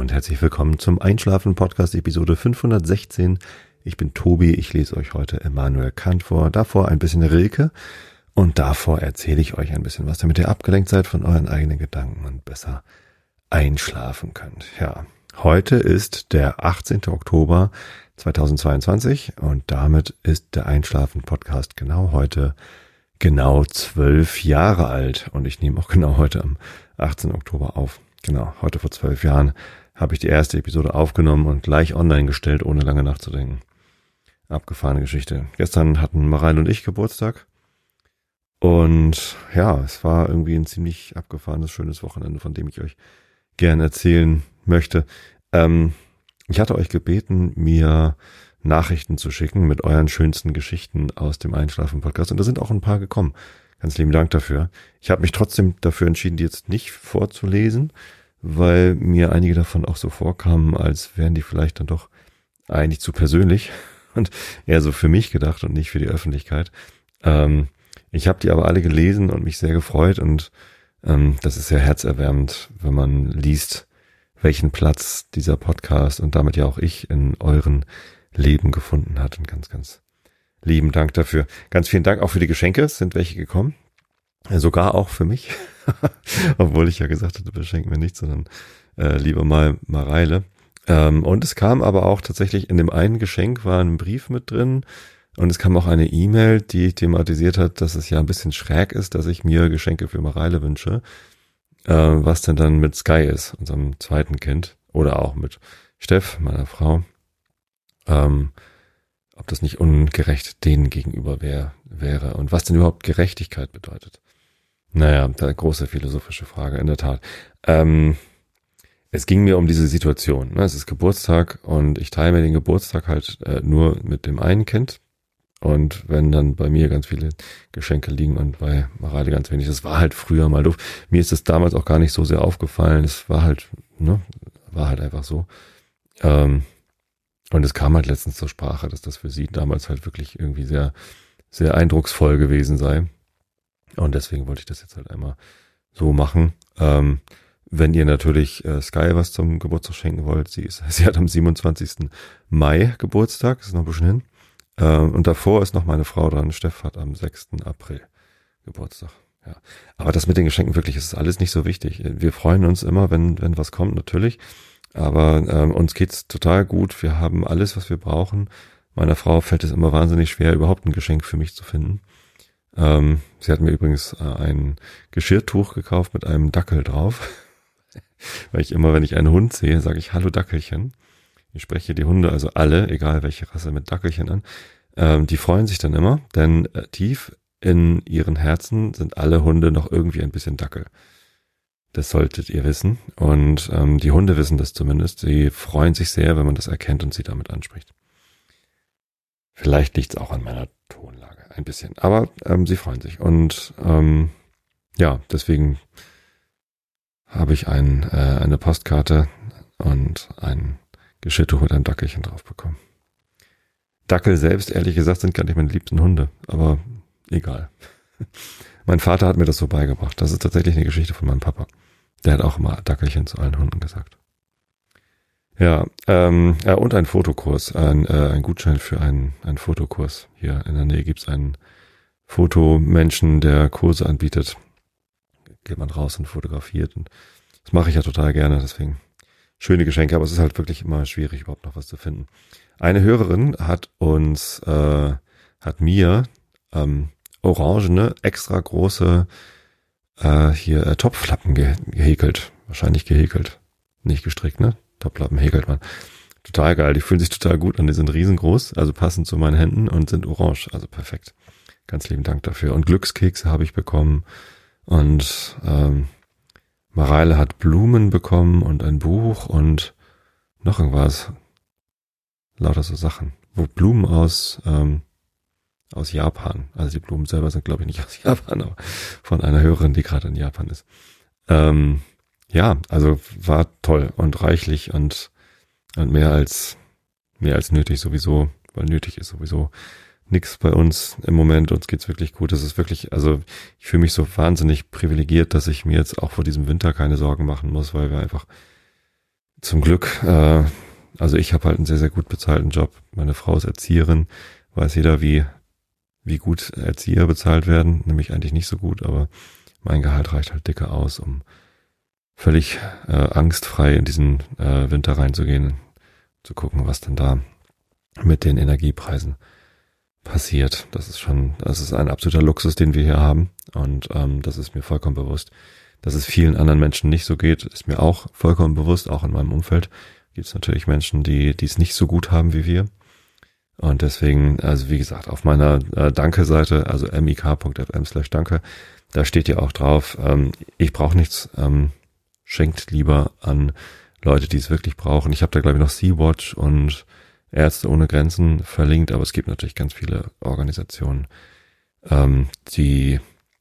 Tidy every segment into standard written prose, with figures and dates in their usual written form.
und herzlich willkommen zum Einschlafen-Podcast Episode 516. Ich bin Tobi, ich lese euch heute Immanuel Kant vor, davor ein bisschen Rilke und davor erzähle ich euch ein bisschen was, damit ihr abgelenkt seid von euren eigenen Gedanken und besser einschlafen könnt. Ja, heute ist der 18. Oktober 2022 und damit ist der Einschlafen-Podcast genau heute 12 Jahre alt und ich nehme auch genau heute am 18. Oktober auf. Genau, heute vor 12 Jahren habe ich die erste Episode aufgenommen und gleich online gestellt, ohne lange nachzudenken. Abgefahrene Geschichte. Gestern hatten Mareile und ich Geburtstag und ja, es war irgendwie ein ziemlich abgefahrenes, schönes Wochenende, von dem ich euch gerne erzählen möchte. Ich hatte euch gebeten, mir Nachrichten zu schicken mit euren schönsten Geschichten aus dem Einschlafen-Podcast und da sind auch ein paar gekommen. Ganz lieben Dank dafür. Ich habe mich trotzdem dafür entschieden, die jetzt nicht vorzulesen, weil mir einige davon auch so vorkamen, als wären die vielleicht dann doch eigentlich zu persönlich und eher so für mich gedacht und nicht für die Öffentlichkeit. Ich habe die aber alle gelesen und mich sehr gefreut und das ist sehr herzerwärmend, wenn man liest, welchen Platz dieser Podcast und damit ja auch ich in euren Leben gefunden hat. Und ganz, ganz lieben Dank dafür. Ganz vielen Dank auch für die Geschenke. Es sind welche gekommen. Sogar auch für mich. Obwohl ich ja gesagt hatte, beschenken wir nicht, sondern lieber mal Mareile. Und es kam aber auch tatsächlich in dem einen Geschenk war ein Brief mit drin. Und es kam auch eine E-Mail, die thematisiert hat, dass es ja ein bisschen schräg ist, dass ich mir Geschenke für Mareile wünsche. Was denn dann mit Sky ist, unserem zweiten Kind. Oder auch mit Steff, meiner Frau. Ob das nicht ungerecht denen gegenüber wäre und was denn überhaupt Gerechtigkeit bedeutet. Naja, da große philosophische Frage, in der Tat. Es ging mir um diese Situation. Ne? Es ist Geburtstag und ich teile mir den Geburtstag halt nur mit dem einen Kind. Und wenn dann bei mir ganz viele Geschenke liegen und bei Mareile ganz wenig, das war halt früher mal doof. Mir ist das damals auch gar nicht so sehr aufgefallen. Es war halt, war halt einfach so. Und es kam halt letztens zur Sprache, dass das für sie damals halt wirklich irgendwie sehr, sehr eindrucksvoll gewesen sei. Und deswegen wollte ich das jetzt halt einmal so machen. Wenn ihr natürlich Sky was zum Geburtstag schenken wollt, sie hat am 27. Mai Geburtstag, ist noch ein bisschen hin. Und davor ist noch meine Frau dran, Steff hat am 6. April Geburtstag. Ja. Aber das mit den Geschenken wirklich, ist alles nicht so wichtig. Wir freuen uns immer, wenn was kommt, natürlich. Aber uns geht's total gut. Wir haben alles, was wir brauchen. Meiner Frau fällt es immer wahnsinnig schwer, überhaupt ein Geschenk für mich zu finden. Sie hat mir übrigens ein Geschirrtuch gekauft mit einem Dackel drauf. Weil ich immer, wenn ich einen Hund sehe, sage ich Hallo Dackelchen. Ich spreche die Hunde, also alle, egal welche Rasse, mit Dackelchen an. Die freuen sich dann immer, denn tief in ihren Herzen sind alle Hunde noch irgendwie ein bisschen Dackel. Das solltet ihr wissen. Und die Hunde wissen das zumindest. Sie freuen sich sehr, wenn man das erkennt und sie damit anspricht. Vielleicht liegt es auch an meiner Tonlage ein bisschen. Aber sie freuen sich. Und ja, deswegen habe ich eine Postkarte und ein Geschirrtuch mit einem Dackelchen drauf bekommen. Dackel selbst, ehrlich gesagt, sind gar nicht meine liebsten Hunde. Aber egal. Mein Vater hat mir das so beigebracht. Das ist tatsächlich eine Geschichte von meinem Papa. Der hat auch immer Dackelchen zu allen Hunden gesagt. Ja, und ein Fotokurs, ein Gutschein für einen Fotokurs. Hier in der Nähe gibt's einen Fotomenschen, der Kurse anbietet. Geht man raus und fotografiert. Und das mache ich ja total gerne, deswegen schöne Geschenke, aber es ist halt wirklich immer schwierig, überhaupt noch was zu finden. Eine Hörerin hat mir orangene, extra große Topflappen gehäkelt. Wahrscheinlich gehäkelt. Nicht gestrickt, ne? Topflappen häkelt man. Total geil. Die fühlen sich total gut an. Die sind riesengroß, also passend zu meinen Händen und sind orange. Also perfekt. Ganz lieben Dank dafür. Und Glückskekse habe ich bekommen. Und Mareile hat Blumen bekommen und ein Buch und noch irgendwas. Lauter so Sachen. Wo Blumen aus Japan. Also die Blumen selber sind, glaube ich, nicht aus Japan, aber von einer Hörerin, die gerade in Japan ist. Ja, also war toll und reichlich und mehr als nötig sowieso, weil nötig ist sowieso nix bei uns im Moment. Uns geht's wirklich gut. Das ist wirklich, also ich fühle mich so wahnsinnig privilegiert, dass ich mir jetzt auch vor diesem Winter keine Sorgen machen muss, weil wir einfach zum Glück, also ich habe halt einen sehr, sehr gut bezahlten Job. Meine Frau ist Erzieherin, weiß jeder, wie gut Erzieher bezahlt werden, nämlich eigentlich nicht so gut, aber mein Gehalt reicht halt dicke aus, um völlig angstfrei in diesen Winter reinzugehen, zu gucken, was denn da mit den Energiepreisen passiert. Das ist ein absoluter Luxus, den wir hier haben, und das ist mir vollkommen bewusst. Dass es vielen anderen Menschen nicht so geht, ist mir auch vollkommen bewusst. Auch in meinem Umfeld gibt es natürlich Menschen, die es nicht so gut haben wie wir. Und deswegen, also wie gesagt, auf meiner Danke-Seite, also mik.fm/danke, da steht ja auch drauf, ich brauche nichts, schenkt lieber an Leute, die es wirklich brauchen. Ich habe da, glaube ich, noch Sea-Watch und Ärzte ohne Grenzen verlinkt, aber es gibt natürlich ganz viele Organisationen, die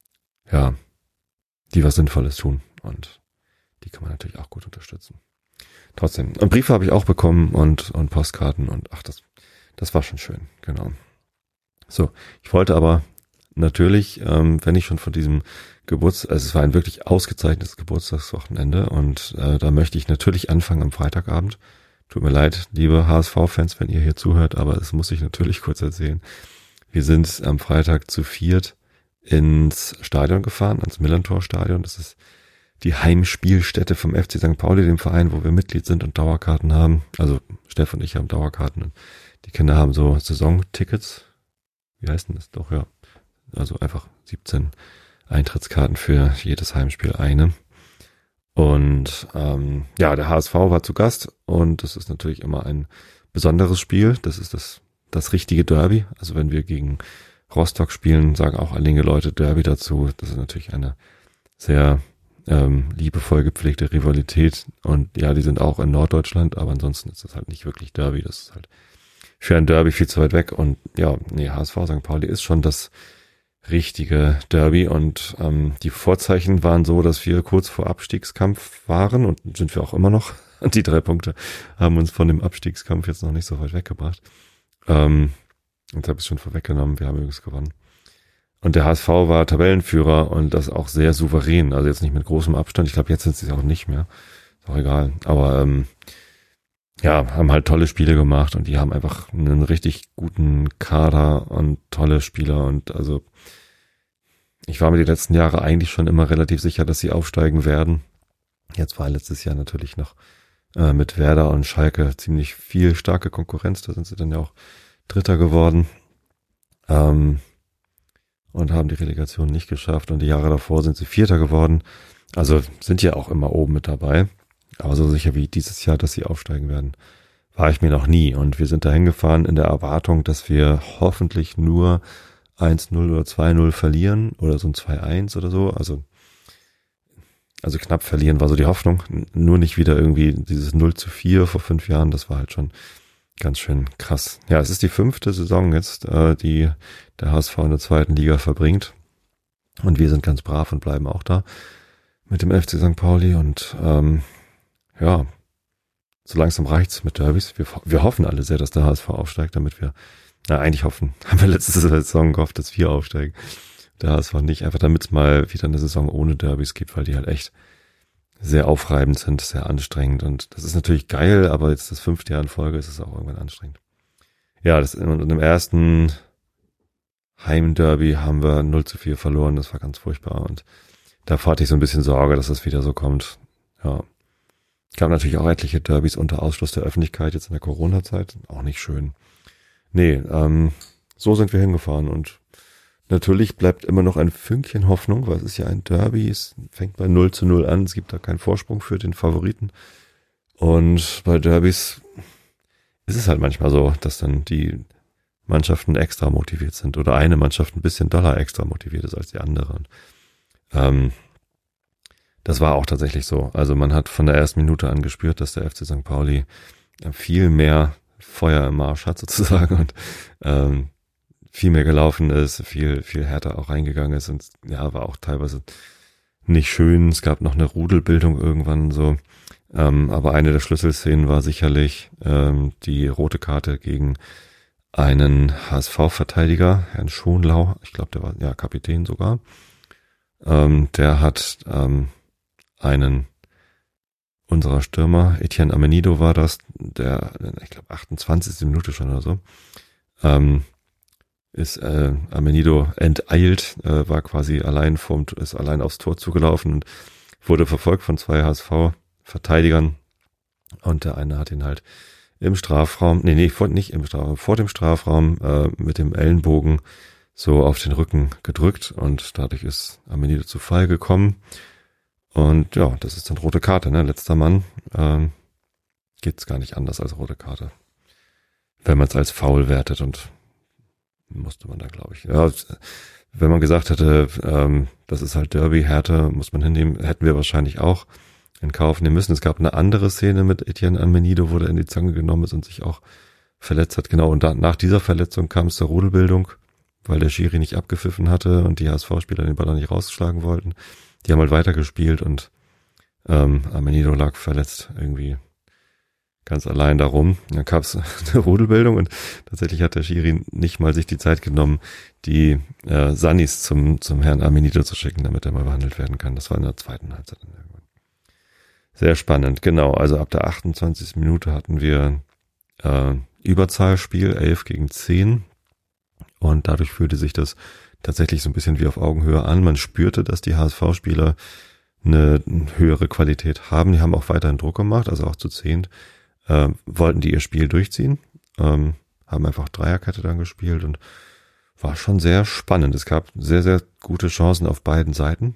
was Sinnvolles tun, und die kann man natürlich auch gut unterstützen. Trotzdem, und Briefe habe ich auch bekommen und Postkarten, und das war schon schön, genau. So, ich wollte aber natürlich, wenn ich schon von diesem also es war ein wirklich ausgezeichnetes Geburtstagswochenende, und da möchte ich natürlich anfangen am Freitagabend. Tut mir leid, liebe HSV-Fans, wenn ihr hier zuhört, aber es muss ich natürlich kurz erzählen. Wir sind am Freitag zu 4 ins Stadion gefahren, ans Millerntor-Stadion. Das ist die Heimspielstätte vom FC St. Pauli, dem Verein, wo wir Mitglied sind und Dauerkarten haben. Also Steff und ich haben Dauerkarten, und die Kinder haben so Saisontickets. Wie heißt denn das? Doch, ja. Also einfach 17 Eintrittskarten für jedes Heimspiel eine. Und der HSV war zu Gast, und das ist natürlich immer ein besonderes Spiel. Das ist das richtige Derby. Also wenn wir gegen Rostock spielen, sagen auch einige Leute Derby dazu. Das ist natürlich eine sehr liebevoll gepflegte Rivalität, und ja, die sind auch in Norddeutschland, aber ansonsten ist das halt nicht wirklich Derby. Das ist halt für ein Derby viel zu weit weg, und HSV St. Pauli ist schon das richtige Derby, und die Vorzeichen waren so, dass wir kurz vor Abstiegskampf waren, und sind wir auch immer noch. Und die 3 Punkte haben uns von dem Abstiegskampf jetzt noch nicht so weit weggebracht. Jetzt habe ich es schon vorweggenommen, wir haben übrigens gewonnen. Und der HSV war Tabellenführer, und das auch sehr souverän, also jetzt nicht mit großem Abstand. Ich glaube, jetzt sind sie es auch nicht mehr. Ist auch egal. Aber haben halt tolle Spiele gemacht, und die haben einfach einen richtig guten Kader und tolle Spieler, und also ich war mir die letzten Jahre eigentlich schon immer relativ sicher, dass sie aufsteigen werden. Jetzt war letztes Jahr natürlich noch mit Werder und Schalke ziemlich viel starke Konkurrenz, da sind sie dann ja auch Dritter geworden, und haben die Relegation nicht geschafft, und die Jahre davor sind sie Vierter geworden, also sind ja auch immer oben mit dabei, aber so sicher wie dieses Jahr, dass sie aufsteigen werden, war ich mir noch nie, und wir sind da hingefahren in der Erwartung, dass wir hoffentlich nur 1-0 oder 2-0 verlieren oder so ein 2-1 oder so, also knapp verlieren war so die Hoffnung, nur nicht wieder irgendwie dieses 0-4 vor 5 Jahren, das war halt schon ganz schön krass. Ja, es ist die 5. Saison jetzt, die der HSV in der 2. Liga verbringt, und wir sind ganz brav und bleiben auch da mit dem FC St. Pauli, und so langsam reicht's mit Derbys. Wir hoffen alle sehr, dass der HSV aufsteigt, damit wir, haben wir letzte Saison gehofft, dass wir aufsteigen. Der HSV nicht, einfach damit es mal wieder eine Saison ohne Derbys gibt, weil die halt echt sehr aufreibend sind, sehr anstrengend, und das ist natürlich geil, aber jetzt das 5. Jahr in Folge ist es auch irgendwann anstrengend. Ja, und im ersten Heimderby haben wir 0-4 verloren, das war ganz furchtbar, und da hatte ich so ein bisschen Sorge, dass das wieder so kommt. Ja. Gab natürlich auch etliche Derbys unter Ausschluss der Öffentlichkeit jetzt in der Corona-Zeit, auch nicht schön. Nee, so sind wir hingefahren, und natürlich bleibt immer noch ein Fünkchen Hoffnung, weil es ist ja ein Derby, es fängt bei 0-0 an, es gibt da keinen Vorsprung für den Favoriten. Und bei Derbys ist es halt manchmal so, dass dann die Mannschaften extra motiviert sind oder eine Mannschaft ein bisschen doller extra motiviert ist als die andere. Und, das war auch tatsächlich so. Also man hat von der ersten Minute an gespürt, dass der FC St. Pauli viel mehr Feuer im Marsch hat sozusagen, und viel mehr gelaufen ist, viel härter auch reingegangen ist, und ja, war auch teilweise nicht schön. Es gab noch eine Rudelbildung irgendwann so, aber eine der Schlüsselszenen war sicherlich die rote Karte gegen einen HSV-Verteidiger, Herrn Schonlau, ich glaube, der war ja Kapitän sogar. Der hat einen unserer Stürmer, Etienne Amenido war das, der, ich glaube 28. Minute schon oder so, ist Amenido enteilt, war quasi ist allein aufs Tor zugelaufen und wurde verfolgt von 2 HSV-Verteidigern und der eine hat ihn halt im Strafraum, nicht im Strafraum, vor dem Strafraum mit dem Ellenbogen so auf den Rücken gedrückt und dadurch ist Amenido zu Fall gekommen. Und ja, das ist dann rote Karte, ne? Letzter Mann. Geht's gar nicht anders als rote Karte. Wenn man es als Foul wertet und musste man da, glaube ich. Ja, wenn man gesagt hätte, das ist halt Derby, Härte, muss man hinnehmen, hätten wir wahrscheinlich auch in Kauf nehmen müssen. Es gab eine andere Szene mit Etienne Amenido, wo der in die Zange genommen ist und sich auch verletzt hat. Genau, und nach dieser Verletzung kam es zur Rudelbildung, weil der Schiri nicht abgepfiffen hatte und die HSV-Spieler den Ball auch nicht rausschlagen wollten. Die haben halt weitergespielt und Amenido lag verletzt irgendwie ganz allein darum. Dann gab es eine Rudelbildung und tatsächlich hat der Schiri nicht mal sich die Zeit genommen, die Sannis zum Herrn Amenido zu schicken, damit er mal behandelt werden kann. Das war in der zweiten Halbzeit dann irgendwann. Sehr spannend, genau. Also ab der 28. Minute hatten wir Überzahlspiel, 11-10 und dadurch fühlte sich das tatsächlich so ein bisschen wie auf Augenhöhe an. Man spürte, dass die HSV-Spieler eine höhere Qualität haben. Die haben auch weiterhin Druck gemacht, also auch zu 10 wollten die ihr Spiel durchziehen, haben einfach Dreierkette dann gespielt und war schon sehr spannend. Es gab sehr, sehr gute Chancen auf beiden Seiten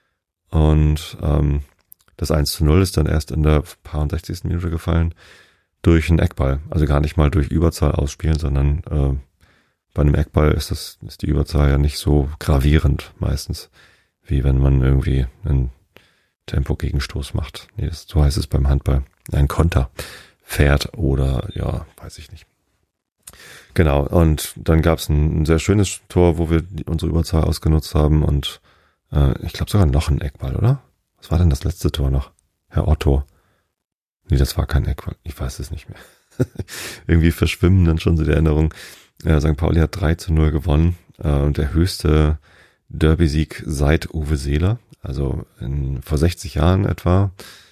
und das 1:0 ist dann erst in der 60. Minute gefallen durch einen Eckball. Also gar nicht mal durch Überzahl ausspielen, sondern bei einem Eckball ist die Überzahl ja nicht so gravierend meistens, wie wenn man irgendwie einen Tempo-Gegenstoß macht. Nee, so heißt es beim Handball. Ein Konter fährt oder, ja, weiß ich nicht. Genau, und dann gab es ein sehr schönes Tor, wo wir unsere Überzahl ausgenutzt haben und ich glaube sogar noch ein Eckball, oder? Was war denn das letzte Tor noch? Herr Otto. Nee, das war kein Eckball. Ich weiß es nicht mehr. Irgendwie verschwimmen dann schon so die Erinnerungen. St. Pauli hat 3:0 gewonnen. Der höchste Derby-Sieg seit Uwe Seeler. Also vor 60 Jahren etwa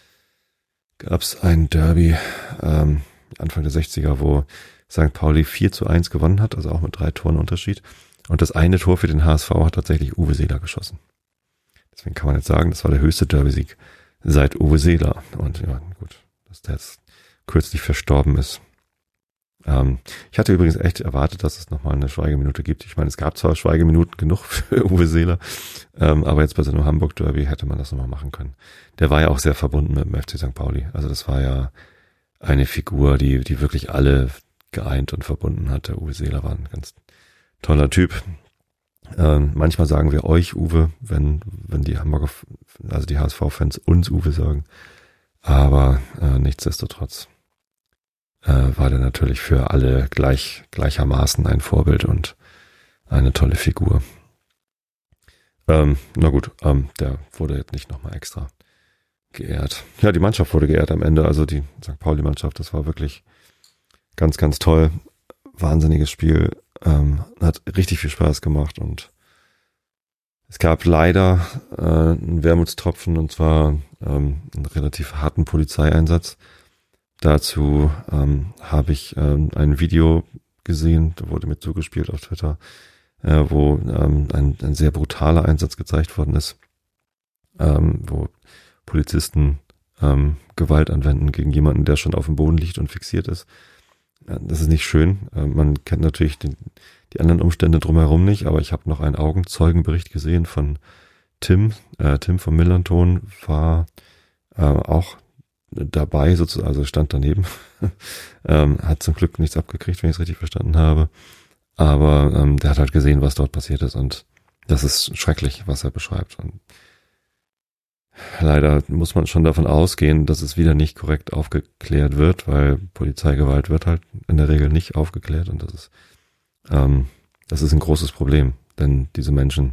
gab es ein Derby Anfang der 60er, wo St. Pauli 4:1 gewonnen hat, also auch mit 3 Toren Unterschied. Und das eine Tor für den HSV hat tatsächlich Uwe Seeler geschossen. Deswegen kann man jetzt sagen, das war der höchste Derby-Sieg seit Uwe Seeler. Und ja, gut, dass der jetzt kürzlich verstorben ist. Ich hatte übrigens echt erwartet, dass es nochmal eine Schweigeminute gibt. Ich meine, es gab zwar Schweigeminuten genug für Uwe Seeler, aber jetzt bei so einem Hamburg-Derby hätte man das nochmal machen können. Der war ja auch sehr verbunden mit dem FC St. Pauli. Also das war ja eine Figur, die wirklich alle geeint und verbunden hat. Der Uwe Seeler war ein ganz toller Typ. Manchmal sagen wir euch Uwe, wenn die Hamburger, also die HSV-Fans uns Uwe sagen. Aber nichtsdestotrotz war der natürlich für alle gleichermaßen ein Vorbild und eine tolle Figur. Na gut, der wurde jetzt nicht nochmal extra geehrt. Ja, die Mannschaft wurde geehrt am Ende, also die St. Pauli-Mannschaft, das war wirklich ganz, ganz toll. Wahnsinniges Spiel, hat richtig viel Spaß gemacht und es gab leider einen Wermutstropfen und zwar einen relativ harten Polizeieinsatz. Dazu habe ich ein Video gesehen, da wurde mir zugespielt auf Twitter, wo ein sehr brutaler Einsatz gezeigt worden ist, wo Polizisten Gewalt anwenden gegen jemanden, der schon auf dem Boden liegt und fixiert ist. Das ist nicht schön. Man kennt natürlich die anderen Umstände drumherum nicht, aber ich habe noch einen Augenzeugenbericht gesehen von Tim. Tim vom Millanton war auch dabei, sozusagen, also stand daneben. Hat zum Glück nichts abgekriegt, wenn ich es richtig verstanden habe. Aber der hat halt gesehen, was dort passiert ist und das ist schrecklich, was er beschreibt. Und leider muss man schon davon ausgehen, dass es wieder nicht korrekt aufgeklärt wird, weil Polizeigewalt wird halt in der Regel nicht aufgeklärt und das ist ein großes Problem, denn diese Menschen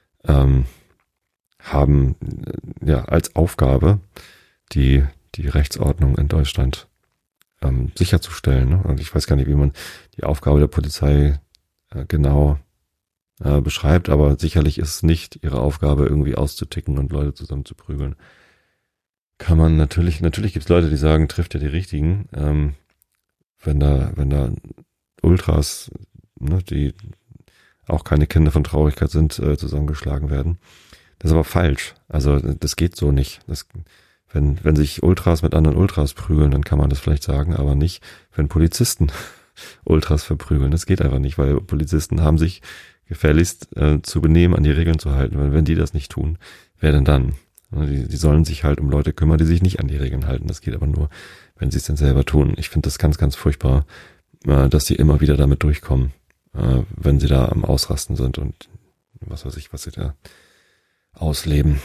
haben ja als Aufgabe die Rechtsordnung in Deutschland sicherzustellen. Ne? Und ich weiß gar nicht, wie man die Aufgabe der Polizei genau beschreibt, aber sicherlich ist es nicht ihre Aufgabe, irgendwie auszuticken und Leute zusammen zu prügeln. kann man natürlich gibt's Leute, die sagen, trifft ja die Richtigen, wenn da Ultras, ne, die auch keine Kinder von Traurigkeit sind, zusammengeschlagen werden. Das ist aber falsch. Also das geht so nicht. Wenn sich Ultras mit anderen Ultras prügeln, dann kann man das vielleicht sagen, aber nicht, wenn Polizisten Ultras verprügeln. Das geht einfach nicht, weil Polizisten haben sich gefälligst zu benehmen, an die Regeln zu halten. Weil wenn die das nicht tun, wer denn dann? Die sollen sich halt um Leute kümmern, die sich nicht an die Regeln halten. Das geht aber nur, wenn sie es dann selber tun. Ich finde das ganz, ganz furchtbar, dass die immer wieder damit durchkommen, wenn sie da am Ausrasten sind und was weiß ich, was sie da ausleben.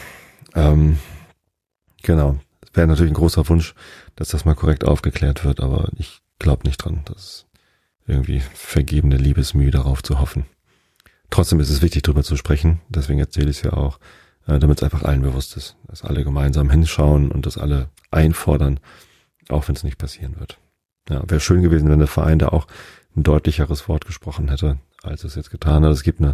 Genau. Es wäre natürlich ein großer Wunsch, dass das mal korrekt aufgeklärt wird, aber ich glaube nicht dran. Das ist irgendwie vergebene Liebesmühe, darauf zu hoffen. Trotzdem ist es wichtig, darüber zu sprechen. Deswegen erzähle ich es ja auch, damit es einfach allen bewusst ist, dass alle gemeinsam hinschauen und dass alle einfordern, auch wenn es nicht passieren wird. Ja, wäre schön gewesen, wenn der Verein da auch ein deutlicheres Wort gesprochen hätte, als es jetzt getan hat. Es gibt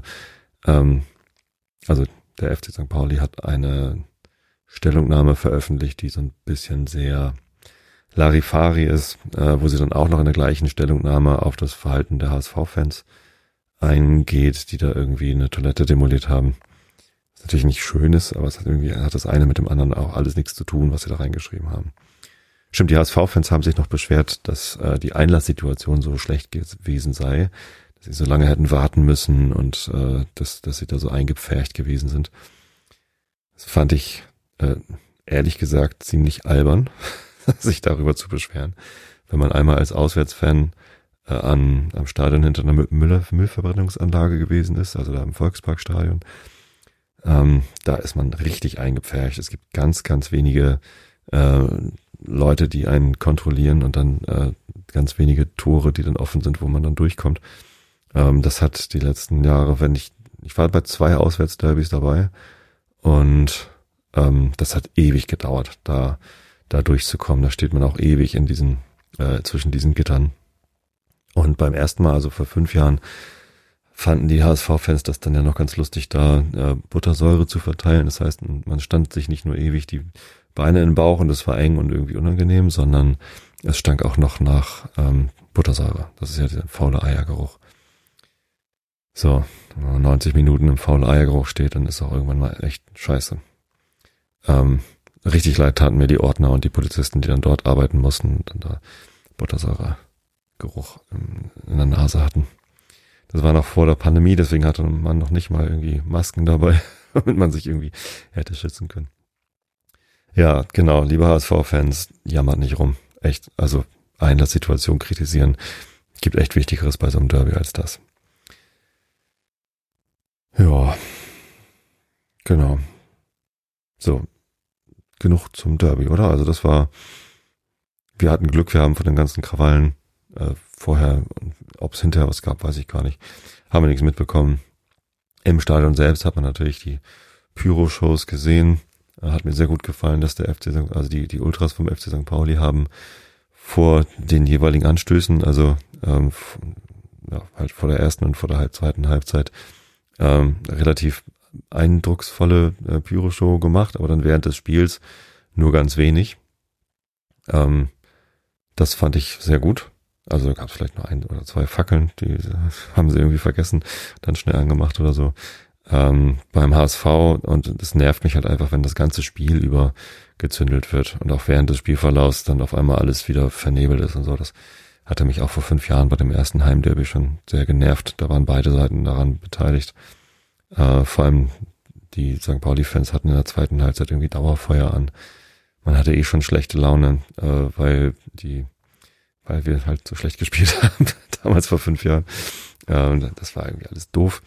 also der FC St. Pauli hat eine Stellungnahme veröffentlicht, die so ein bisschen sehr Larifari ist, wo sie dann auch noch in der gleichen Stellungnahme auf das Verhalten der HSV-Fans eingeht, die da irgendwie eine Toilette demoliert haben. Was natürlich nicht schön ist, aber es hat das eine mit dem anderen auch alles nichts zu tun, was sie da reingeschrieben haben. Stimmt, die HSV-Fans haben sich noch beschwert, dass die Einlasssituation so schlecht gewesen sei, dass sie so lange hätten warten müssen und dass sie da so eingepfercht gewesen sind. Das fand ich ehrlich gesagt ziemlich albern, sich darüber zu beschweren. Wenn man einmal als Auswärtsfan am Stadion hinter einer Müllverbrennungsanlage gewesen ist, also da im Volksparkstadion, da ist man richtig eingepfercht. Es gibt ganz, ganz wenige Leute, die einen kontrollieren und dann ganz wenige Tore, die dann offen sind, wo man dann durchkommt. Das hat die letzten Jahre, ich war bei 2 Auswärtsderbys dabei und das hat ewig gedauert, da durchzukommen. Da steht man auch ewig in zwischen diesen Gittern. Und beim ersten Mal, also vor 5 Jahren, fanden die HSV-Fans das dann ja noch ganz lustig, da Buttersäure zu verteilen. Das heißt, man stand sich nicht nur ewig die Beine in den Bauch und das war eng und irgendwie unangenehm, sondern es stank auch noch nach Buttersäure. Das ist ja dieser faule Eiergeruch. So, wenn man 90 Minuten im faulen Eiergeruch steht, dann ist auch irgendwann mal echt scheiße. Richtig leid taten mir die Ordner und die Polizisten, die dann dort arbeiten mussten und dann da Buttersäuregeruch in der Nase hatten. Das war noch vor der Pandemie, deswegen hatte man noch nicht mal irgendwie Masken dabei, damit man sich irgendwie hätte schützen können. Ja, genau, liebe HSV-Fans, jammert nicht rum. Echt, also Einlasssituation kritisieren, gibt echt Wichtigeres bei so einem Derby als das. Ja, genau. So, genug zum Derby, oder? Also wir hatten Glück, wir haben von den ganzen Krawallen vorher, ob es hinterher was gab, weiß ich gar nicht, haben wir nichts mitbekommen. Im Stadion selbst hat man natürlich die Pyro-Shows gesehen. Hat mir sehr gut gefallen, dass der die Ultras vom FC St. Pauli haben vor den jeweiligen Anstößen, also halt vor der ersten und vor der zweiten Halbzeit relativ eindrucksvolle Pyro-Show gemacht, aber dann während des Spiels nur ganz wenig. Das fand ich sehr gut. Also gab es vielleicht nur 1 oder 2 Fackeln, die haben sie irgendwie vergessen, dann schnell angemacht oder so. Beim HSV, und das nervt mich halt einfach, wenn das ganze Spiel über gezündelt wird und auch während des Spielverlaufs dann auf einmal alles wieder vernebelt ist und so. Das hatte mich auch vor 5 Jahren bei dem ersten Heimderby schon sehr genervt. Da waren beide Seiten daran beteiligt. Vor allem die St. Pauli-Fans hatten in der zweiten Halbzeit irgendwie Dauerfeuer an. Man hatte eh schon schlechte Laune, weil wir halt so schlecht gespielt haben, damals vor 5 Jahren. Das war irgendwie alles doof.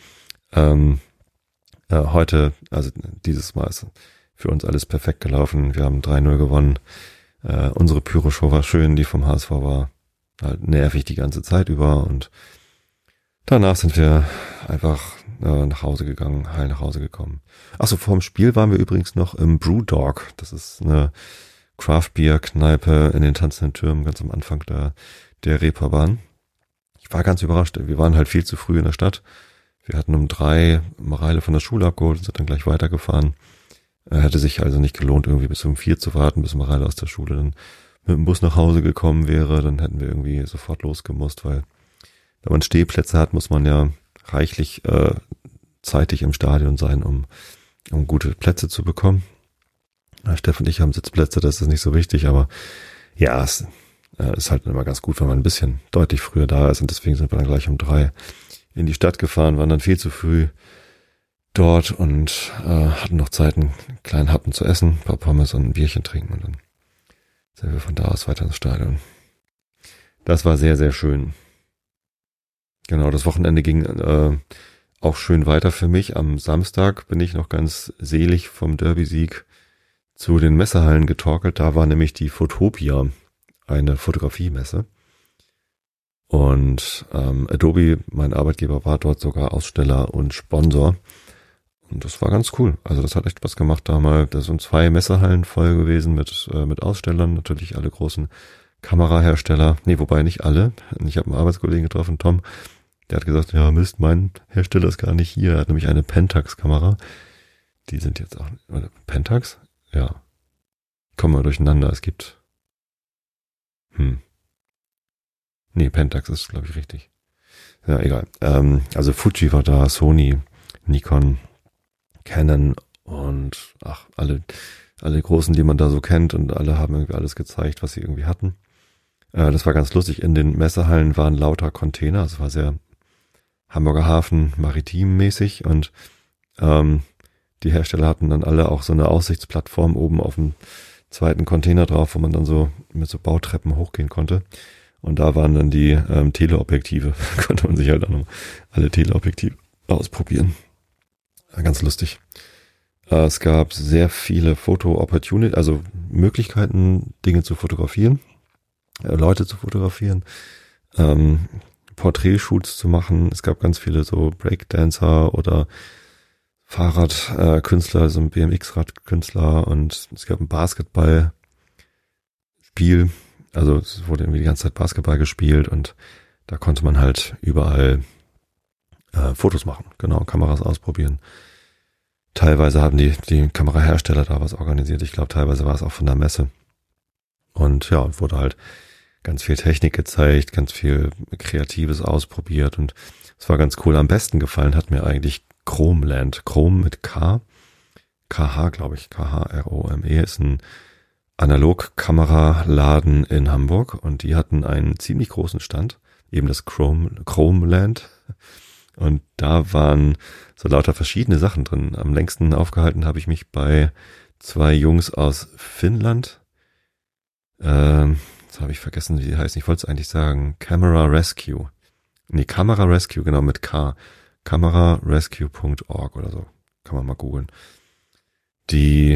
Heute, also dieses Mal ist für uns alles perfekt gelaufen. Wir haben 3-0 gewonnen. Unsere Pyro-Show war schön, die vom HSV war halt nervig die ganze Zeit über und danach sind wir einfach nach Hause gegangen, heil nach Hause gekommen. Achso, vor dem Spiel waren wir übrigens noch im Brewdog. Das ist eine Craft-Bier-Kneipe in den Tanzenden Türmen, ganz am Anfang der Reeperbahn. Ich war ganz überrascht. Wir waren halt viel zu früh in der Stadt. Wir hatten um 3 Mareile von der Schule abgeholt und sind dann gleich weitergefahren. Hätte sich also nicht gelohnt, irgendwie bis um 4 zu warten, bis Mareile aus der Schule dann mit dem Bus nach Hause gekommen wäre. Dann hätten wir irgendwie sofort losgemusst, weil wenn man Stehplätze hat, muss man ja reichlich zeitig im Stadion sein, um gute Plätze zu bekommen. Steff und ich haben Sitzplätze, das ist nicht so wichtig, aber ja, es ist halt immer ganz gut, wenn man ein bisschen deutlich früher da ist, und deswegen sind wir dann gleich um 3 in die Stadt gefahren, waren dann viel zu früh dort und hatten noch Zeit, einen kleinen Happen zu essen, ein paar Pommes und ein Bierchen trinken, und dann sind wir von da aus weiter ins Stadion. Das war sehr, sehr schön. Genau, das Wochenende ging auch schön weiter für mich. Am Samstag bin ich noch ganz selig vom Derby-Sieg zu den Messehallen getorkelt. Da war nämlich die Fotopia, eine Fotografiemesse. Und Adobe, mein Arbeitgeber, war dort sogar Aussteller und Sponsor. Und das war ganz cool. Also das hat echt Spaß gemacht da mal. Da sind 2 Messehallen voll gewesen mit Ausstellern. Natürlich alle großen Kamerahersteller. Nee, wobei nicht alle. Ich habe einen Arbeitskollegen getroffen, Tom. Der hat gesagt, ja Mist, mein Hersteller ist gar nicht hier. Er hat nämlich eine Pentax-Kamera. Die sind jetzt auch... Oder Pentax? Ja. Kommen wir durcheinander. Es gibt... Nee, Pentax ist, glaube ich, richtig. Ja, egal. Also Fuji war da, Sony, Nikon, Canon und alle großen, die man da so kennt, und alle haben irgendwie alles gezeigt, was sie irgendwie hatten. Das war ganz lustig. In den Messehallen waren lauter Container. Es war sehr Hamburger Hafen maritim mäßig, und die Hersteller hatten dann alle auch so eine Aussichtsplattform oben auf dem zweiten Container drauf, wo man dann so mit so Bautreppen hochgehen konnte. Und da waren dann die Teleobjektive. Da konnte man sich halt auch noch alle Teleobjektive ausprobieren. Ja, ganz lustig. Es gab sehr viele Foto-Opportunity, also Möglichkeiten, Dinge zu fotografieren, Leute zu fotografieren, Porträtshoots zu machen. Es gab ganz viele so Breakdancer oder Fahrradkünstler, so ein BMX-Radkünstler, und es gab ein Basketballspiel. Also es wurde irgendwie die ganze Zeit Basketball gespielt, und da konnte man halt überall Fotos machen, genau, Kameras ausprobieren. Teilweise haben die Kamerahersteller da was organisiert. Ich glaube, teilweise war es auch von der Messe. Und ja, wurde halt ganz viel Technik gezeigt, ganz viel Kreatives ausprobiert, und es war ganz cool. Am besten gefallen hat mir eigentlich Chromeland. Chrome mit KH, glaube ich, KHROME ist ein Analogkameraladen in Hamburg, und die hatten einen ziemlich großen Stand, eben das Chromeland, und da waren so lauter verschiedene Sachen drin. Am längsten aufgehalten habe ich mich bei 2 Jungs aus Finnland. Jetzt habe ich vergessen, wie die heißen. Ich wollte es eigentlich sagen, Camera Rescue, genau, mit K. Camerarescue.org oder so. Kann man mal googeln. Die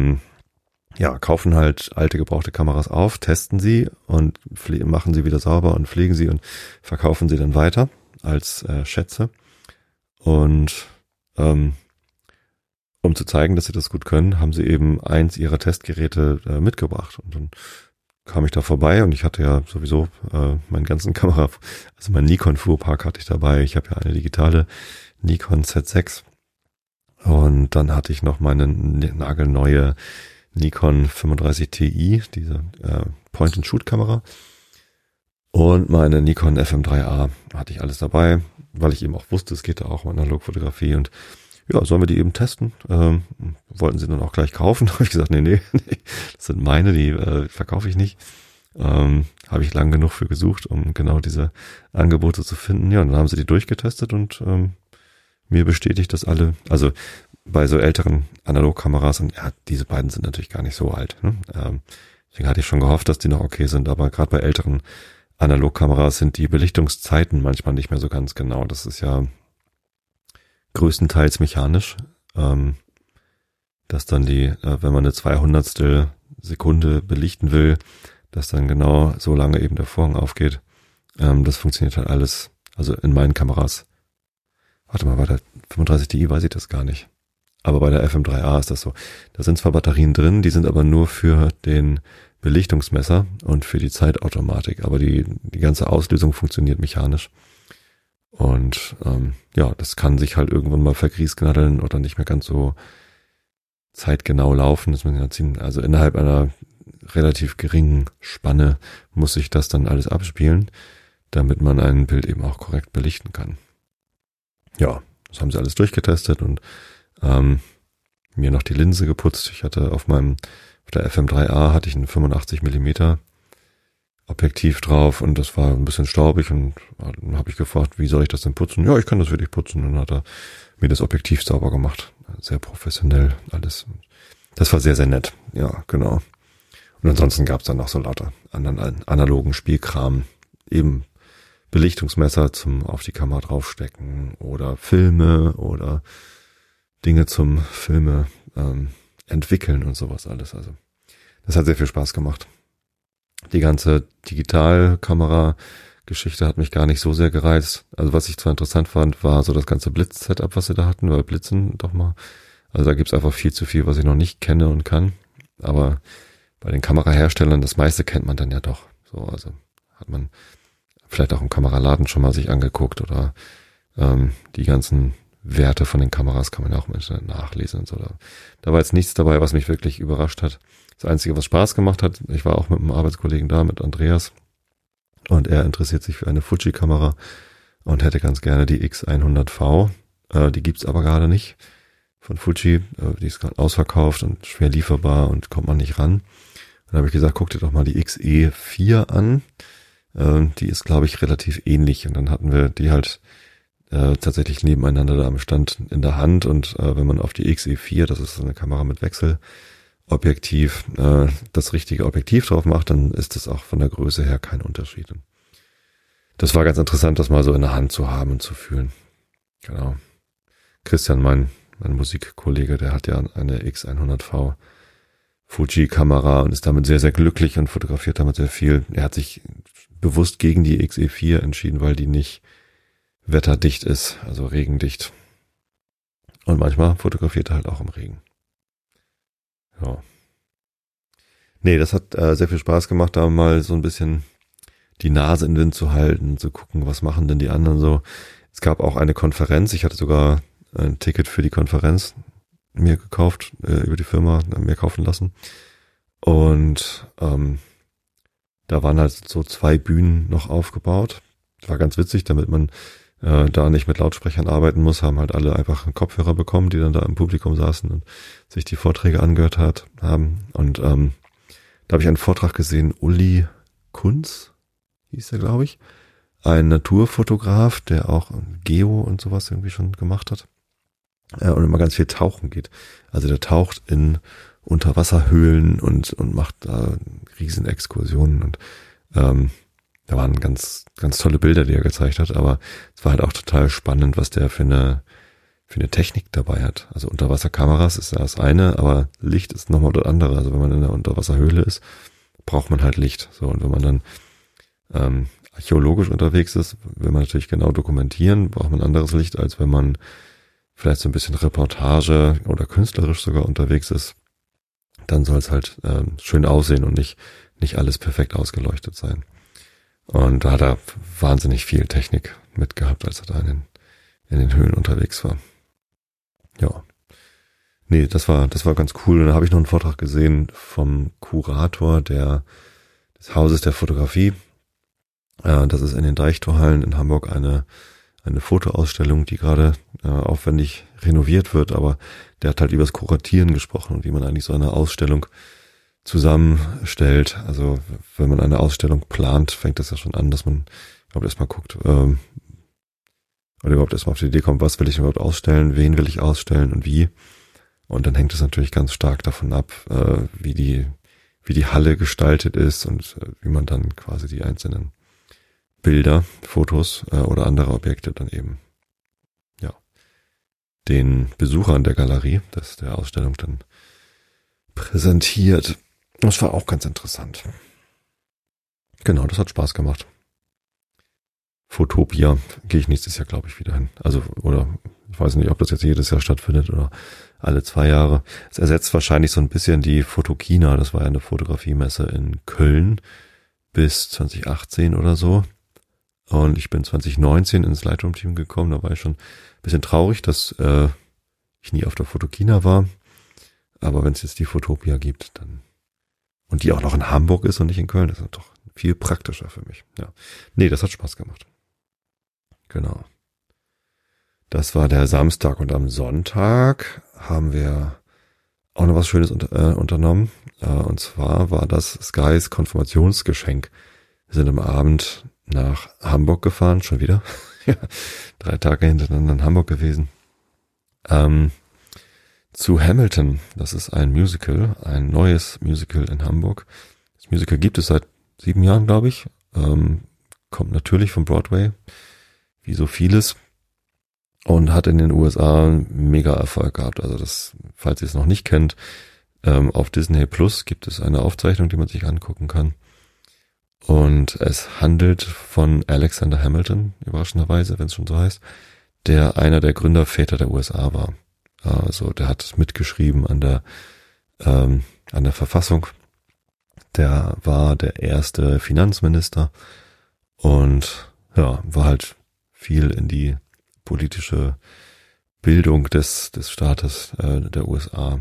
kaufen halt alte gebrauchte Kameras auf, testen sie und machen sie wieder sauber und pflegen sie und verkaufen sie dann weiter als Schätze. Und um zu zeigen, dass sie das gut können, haben sie eben eins ihrer Testgeräte mitgebracht. Und dann kam ich da vorbei, und ich hatte ja sowieso meinen ganzen also mein Nikon Fuhrpark hatte ich dabei. Ich habe ja eine digitale Nikon Z6. Und dann hatte ich noch meine nagelneue Nikon 35 Ti, diese Point-and-Shoot-Kamera. Und meine Nikon FM3A hatte ich alles dabei, weil ich eben auch wusste, es geht da auch um Analogfotografie. Und ja, sollen wir die eben testen? Wollten sie dann auch gleich kaufen? Habe ich gesagt, nee, das sind meine, die verkaufe ich nicht. Habe ich lang genug für gesucht, um genau diese Angebote zu finden. Ja, und dann haben sie die durchgetestet, und mir bestätigt, dass alle, also bei so älteren Analogkameras, und ja, diese beiden sind natürlich gar nicht so alt, ne? Deswegen hatte ich schon gehofft, dass die noch okay sind, aber gerade bei älteren Analogkameras sind die Belichtungszeiten manchmal nicht mehr so ganz genau. Das ist ja größtenteils mechanisch, dass dann wenn man eine 200stel Sekunde belichten will, dass dann genau so lange eben der Vorhang aufgeht. Das funktioniert halt alles, also in meinen Kameras. Warte mal, bei der 35 Ti weiß ich das gar nicht. Aber bei der FM3A ist das so. Da sind zwar Batterien drin, die sind aber nur für den Belichtungsmesser und für die Zeitautomatik. Aber die ganze Auslösung funktioniert mechanisch. Und das kann sich halt irgendwann mal vergriesknaddeln oder nicht mehr ganz so zeitgenau laufen. Das muss ja ziemlich, also innerhalb einer relativ geringen Spanne muss sich das dann alles abspielen, damit man ein Bild eben auch korrekt belichten kann. Ja, das haben sie alles durchgetestet und mir noch die Linse geputzt. Ich hatte auf der FM3A hatte ich ein 85mm Objektiv drauf und das war ein bisschen staubig und dann habe ich gefragt, wie soll ich das denn putzen? Ja, ich kann das wirklich putzen. Und dann hat er mir das Objektiv sauber gemacht. Sehr professionell alles. Das war sehr, sehr nett. Ja, genau. Und ansonsten gab es dann noch so lauter anderen analogen Spielkram. Eben Belichtungsmesser zum auf die Kamera draufstecken oder Filme oder Dinge zum Filme entwickeln und sowas alles. Also das hat sehr viel Spaß gemacht. Die ganze Digitalkamera-Geschichte hat mich gar nicht so sehr gereizt. Also was ich zwar interessant fand, war so das ganze Blitz-Setup, was sie da hatten, weil Blitzen doch mal, also da gibt's einfach viel zu viel, was ich noch nicht kenne und kann. Aber bei den Kameraherstellern, das meiste kennt man dann ja doch. So, also hat man vielleicht auch im Kameraladen schon mal sich angeguckt oder die ganzen Werte von den Kameras kann man ja auch im Internet nachlesen und so. Da war jetzt nichts dabei, was mich wirklich überrascht hat. Das Einzige, was Spaß gemacht hat, ich war auch mit einem Arbeitskollegen da, mit Andreas, und er interessiert sich für eine Fuji-Kamera und hätte ganz gerne die X100V. Die gibt's aber gerade nicht von Fuji. Die ist gerade ausverkauft und schwer lieferbar und kommt man nicht ran. Dann habe ich gesagt, guck dir doch mal die XE4 an. Die ist, glaube ich, relativ ähnlich. Und dann hatten wir die halt tatsächlich nebeneinander da am Stand in der Hand. Und wenn man auf die XE4, das ist so eine Kamera mit Wechselobjektiv, das richtige Objektiv drauf macht, dann ist das auch von der Größe her kein Unterschied. Das war ganz interessant, das mal so in der Hand zu haben und zu fühlen. Genau. Christian, mein Musikkollege, der hat ja eine X100V Fuji-Kamera und ist damit sehr, sehr glücklich und fotografiert damit sehr viel. Er hat sich bewusst gegen die XE4 entschieden, weil die nicht wetterdicht ist, also regendicht. Und manchmal fotografiert er halt auch im Regen. Ja. Nee, das hat sehr viel Spaß gemacht, da mal so ein bisschen die Nase in den Wind zu halten, zu gucken, was machen denn die anderen so. Es gab auch eine Konferenz, ich hatte sogar ein Ticket für die Konferenz mir gekauft, über die Firma mir kaufen lassen. Und da waren halt so 2 Bühnen noch aufgebaut. Das war ganz witzig, damit man da nicht mit Lautsprechern arbeiten muss, haben halt alle einfach einen Kopfhörer bekommen, die dann da im Publikum saßen und sich die Vorträge angehört haben. Und da habe ich einen Vortrag gesehen, Uli Kunz hieß er, glaube ich. Ein Naturfotograf, der auch Geo und sowas irgendwie schon gemacht hat. Und immer ganz viel tauchen geht. Also der taucht in Unterwasserhöhlen und macht da riesen Exkursionen und da waren ganz, ganz tolle Bilder, die er gezeigt hat, aber es war halt auch total spannend, was der für eine Technik dabei hat. Also Unterwasserkameras ist das eine, aber Licht ist nochmal das andere. Also wenn man in der Unterwasserhöhle ist, braucht man halt Licht. So, und wenn man dann archäologisch unterwegs ist, will man natürlich genau dokumentieren, braucht man anderes Licht, als wenn man vielleicht so ein bisschen Reportage oder künstlerisch sogar unterwegs ist. Dann soll es halt schön aussehen und nicht alles perfekt ausgeleuchtet sein. Und da hat er wahnsinnig viel Technik mitgehabt, als er da in den Höhlen unterwegs war. Ja. Nee, das war ganz cool. Und da habe ich noch einen Vortrag gesehen vom Kurator des Hauses der Fotografie. Das ist in den Deichtorhallen in Hamburg eine Fotoausstellung, die gerade aufwendig renoviert wird, aber der hat halt über das Kuratieren gesprochen und wie man eigentlich so eine Ausstellung zusammenstellt. Also wenn man eine Ausstellung plant, fängt das ja schon an, dass man überhaupt erstmal guckt, oder überhaupt erstmal auf die Idee kommt, was will ich überhaupt ausstellen, wen will ich ausstellen und wie. Und dann hängt es natürlich ganz stark davon ab, wie die Halle gestaltet ist und wie man dann quasi die einzelnen Bilder, Fotos oder andere Objekte dann eben den Besuchern der Galerie, der Ausstellung dann präsentiert. Das war auch ganz interessant. Genau, das hat Spaß gemacht. Fotopia gehe ich nächstes Jahr, glaube ich, wieder hin. Also, oder ich weiß nicht, ob das jetzt jedes Jahr stattfindet oder alle 2 Jahre. Es ersetzt wahrscheinlich so ein bisschen die Fotokina. Das war ja eine Fotografiemesse in Köln bis 2018 oder so. Und ich bin 2019 ins Lightroom-Team gekommen. Da war ich schon ein bisschen traurig, dass ich nie auf der Fotokina war. Aber wenn es jetzt die Photopia gibt, dann und die auch noch in Hamburg ist und nicht in Köln, ist das doch viel praktischer für mich. Ja. Nee, das hat Spaß gemacht. Genau. Das war der Samstag und am Sonntag haben wir auch noch was Schönes unternommen. Und zwar war das Skys Konfirmationsgeschenk. Wir sind am Abend nach Hamburg gefahren, schon wieder. Ja, 3 Tage hintereinander in Hamburg gewesen. Zu Hamilton. Das ist ein Musical, ein neues Musical in Hamburg. Das Musical gibt es seit 7 Jahren, glaube ich. Kommt natürlich vom Broadway, wie so vieles. Und hat in den USA mega Erfolg gehabt. Also das, falls ihr es noch nicht kennt, auf Disney Plus gibt es eine Aufzeichnung, die man sich angucken kann. Und es handelt von Alexander Hamilton, überraschenderweise, wenn es schon so heißt, der einer der Gründerväter der USA war. Also der hat mitgeschrieben an der Verfassung. Der war der erste Finanzminister und ja, war halt viel in die politische Bildung des Staates der USA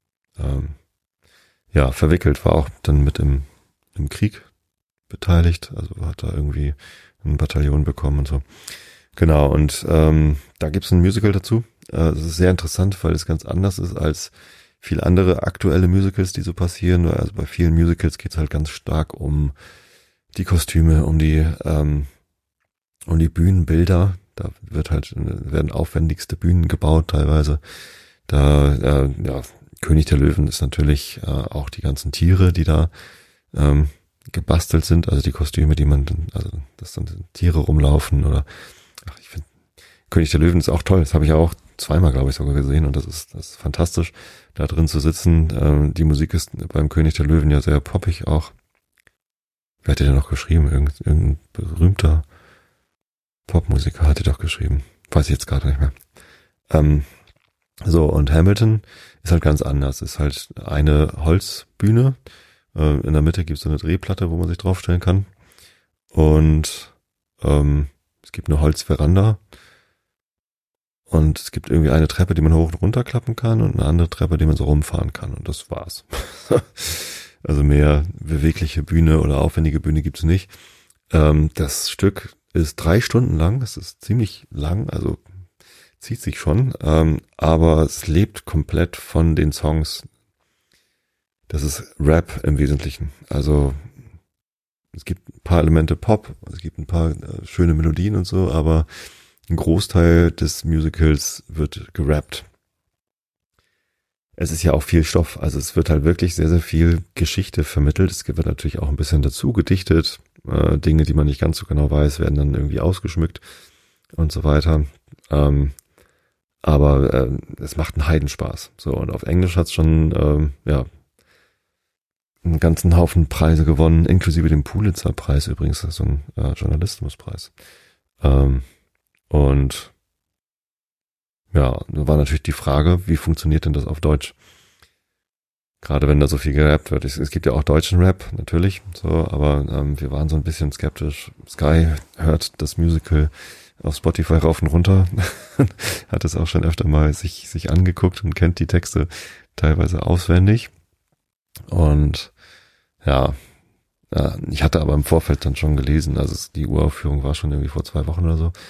verwickelt, war auch dann mit im Krieg beteiligt, also hat da irgendwie ein Bataillon bekommen und so. Genau, und da gibt's ein Musical dazu. Das ist sehr interessant, weil es ganz anders ist als viele andere aktuelle Musicals, die so passieren. Also bei vielen Musicals geht's halt ganz stark um die Kostüme, um die Bühnenbilder. Da werden aufwendigste Bühnen gebaut teilweise. Da König der Löwen ist natürlich auch die ganzen Tiere, die da gebastelt sind, also die Kostüme, dass dann Tiere rumlaufen oder ich finde König der Löwen ist auch toll. Das habe ich auch zweimal, glaube ich, sogar gesehen und das ist fantastisch, da drin zu sitzen. Die Musik ist beim König der Löwen ja sehr poppig auch. Wer hat die denn noch geschrieben? Irgendein berühmter Popmusiker hat die doch geschrieben. Weiß ich jetzt gerade nicht mehr. Und Hamilton ist halt ganz anders. Ist halt eine Holzbühne. In der Mitte gibt es so eine Drehplatte, wo man sich draufstellen kann. Und es gibt eine Holzveranda. Und es gibt irgendwie eine Treppe, die man hoch und runter klappen kann und eine andere Treppe, die man so rumfahren kann. Und das war's. Also mehr bewegliche Bühne oder aufwendige Bühne gibt's nicht. Das Stück ist 3 Stunden lang. Das ist ziemlich lang, also zieht sich schon. Aber es lebt komplett von den Songs. Das ist Rap im Wesentlichen. Also es gibt ein paar Elemente Pop, es gibt ein paar schöne Melodien und so, aber ein Großteil des Musicals wird gerappt. Es ist ja auch viel Stoff, also es wird halt wirklich sehr, sehr viel Geschichte vermittelt. Es wird natürlich auch ein bisschen dazu gedichtet. Dinge, die man nicht ganz so genau weiß, werden dann irgendwie ausgeschmückt und so weiter. Aber es macht einen Heidenspaß. So, und auf Englisch hat's schon einen ganzen Haufen Preise gewonnen, inklusive dem Pulitzer-Preis übrigens, das ist so ein Journalismuspreis. Und ja, da war natürlich die Frage, wie funktioniert denn das auf Deutsch? Gerade wenn da so viel gerappt wird. Es gibt ja auch deutschen Rap, natürlich, so, aber wir waren so ein bisschen skeptisch. Sky hört das Musical auf Spotify rauf und runter, hat es auch schon öfter mal sich angeguckt und kennt die Texte teilweise auswendig. Und ja, ich hatte aber im Vorfeld dann schon gelesen, also die Uraufführung war schon irgendwie vor 2 Wochen oder so.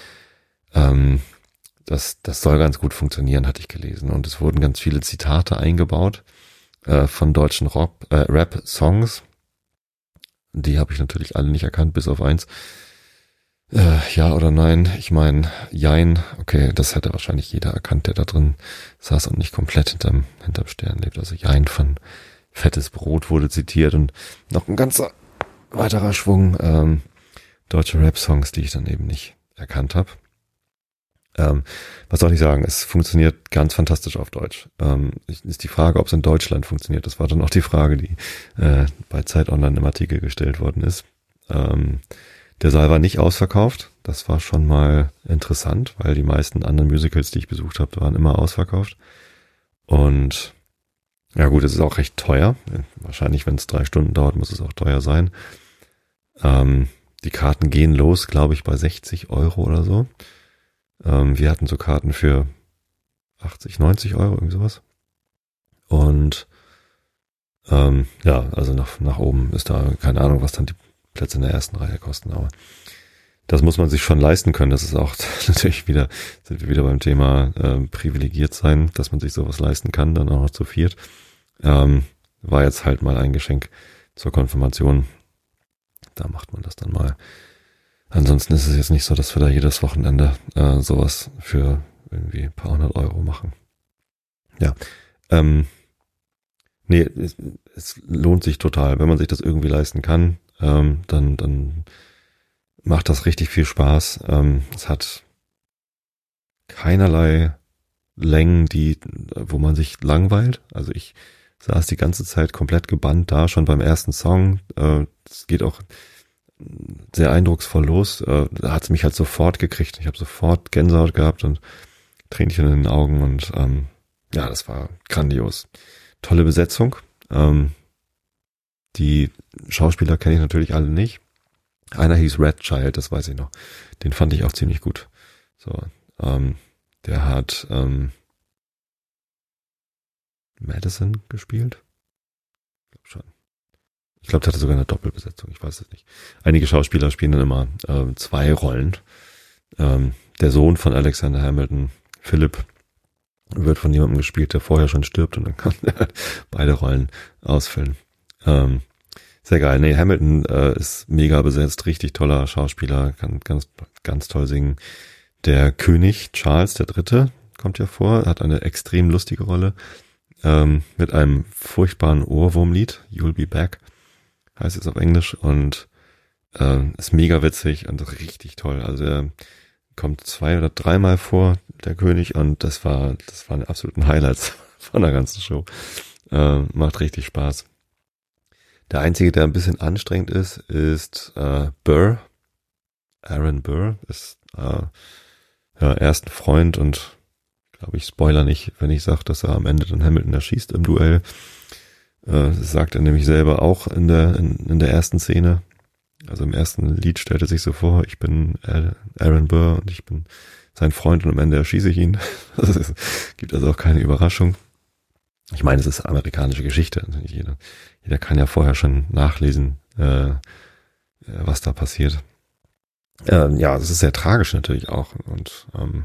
Das soll ganz gut funktionieren, hatte ich gelesen. Und es wurden ganz viele Zitate eingebaut von deutschen Rap-Songs. Die habe ich natürlich alle nicht erkannt, bis auf eins. Ja oder nein? Ich meine, Jein. Okay, das hätte wahrscheinlich jeder erkannt, der da drin saß und nicht komplett hinterm Stern lebt. Also Jein von Fettes Brot wurde zitiert und noch ein ganzer weiterer Schwung deutsche Rap-Songs, die ich dann eben nicht erkannt habe. Was soll ich sagen? Es funktioniert ganz fantastisch auf Deutsch. Ist die Frage, ob es in Deutschland funktioniert. Das war dann auch die Frage, die bei Zeit Online im Artikel gestellt worden ist. Der Saal war nicht ausverkauft. Das war schon mal interessant, weil die meisten anderen Musicals, die ich besucht habe, waren immer ausverkauft. Und ja gut, es ist auch recht teuer. Wahrscheinlich, wenn es 3 Stunden dauert, muss es auch teuer sein. Die Karten gehen los, glaube ich, bei 60 Euro oder so. Wir hatten so Karten für 80, 90 Euro, irgendwie sowas. Und ja, also nach oben ist da keine Ahnung, was dann die Plätze in der ersten Reihe kosten, aber das muss man sich schon leisten können. Das ist auch natürlich sind wir wieder beim Thema privilegiert sein, dass man sich sowas leisten kann, dann auch noch zu viert. War jetzt halt mal ein Geschenk zur Konfirmation. Da macht man das dann mal. Ansonsten ist es jetzt nicht so, dass wir da jedes Wochenende sowas für irgendwie ein paar hundert Euro machen. Ja, nee, es lohnt sich total. Wenn man sich das irgendwie leisten kann, dann macht das richtig viel Spaß. Es hat keinerlei Längen, wo man sich langweilt. Also ich saß die ganze Zeit komplett gebannt da, schon beim ersten Song. Es geht auch sehr eindrucksvoll los. Da hat es mich halt sofort gekriegt. Ich habe sofort Gänsehaut gehabt und Tränchen in den Augen und ja, das war grandios. Tolle Besetzung. Die Schauspieler kenne ich natürlich alle nicht. Einer hieß Red Child, das weiß ich noch. Den fand ich auch ziemlich gut. So, der hat Madison gespielt. Ich glaube schon. Ich glaube, der hatte sogar eine Doppelbesetzung. Ich weiß es nicht. Einige Schauspieler spielen dann immer 2 Rollen. Der Sohn von Alexander Hamilton, Philip, wird von jemandem gespielt, der vorher schon stirbt und dann kann er beide Rollen ausfüllen. Sehr geil. Nee, Hamilton ist mega besetzt, richtig toller Schauspieler, kann ganz toll singen. Der König Charles III. Kommt ja vor, hat eine extrem lustige Rolle mit einem furchtbaren Ohrwurmlied, You'll Be Back, heißt es auf Englisch und ist mega witzig und richtig toll. Also er kommt 2 oder 3 Mal vor, der König, und das waren absoluten Highlights von der ganzen Show. Macht richtig Spaß. Der einzige, der ein bisschen anstrengend ist Burr. Aaron Burr ist erst ein Freund und glaube ich spoiler nicht, wenn ich sage, dass er am Ende dann Hamilton erschießt im Duell. Das sagt er nämlich selber auch in der ersten Szene. Also im ersten Lied stellt er sich so vor, ich bin Aaron Burr und ich bin sein Freund und am Ende erschieße ich ihn. Das gibt also auch keine Überraschung. Ich meine, es ist amerikanische Geschichte. Jeder kann ja vorher schon nachlesen, was da passiert. Ja, es ist sehr tragisch natürlich auch und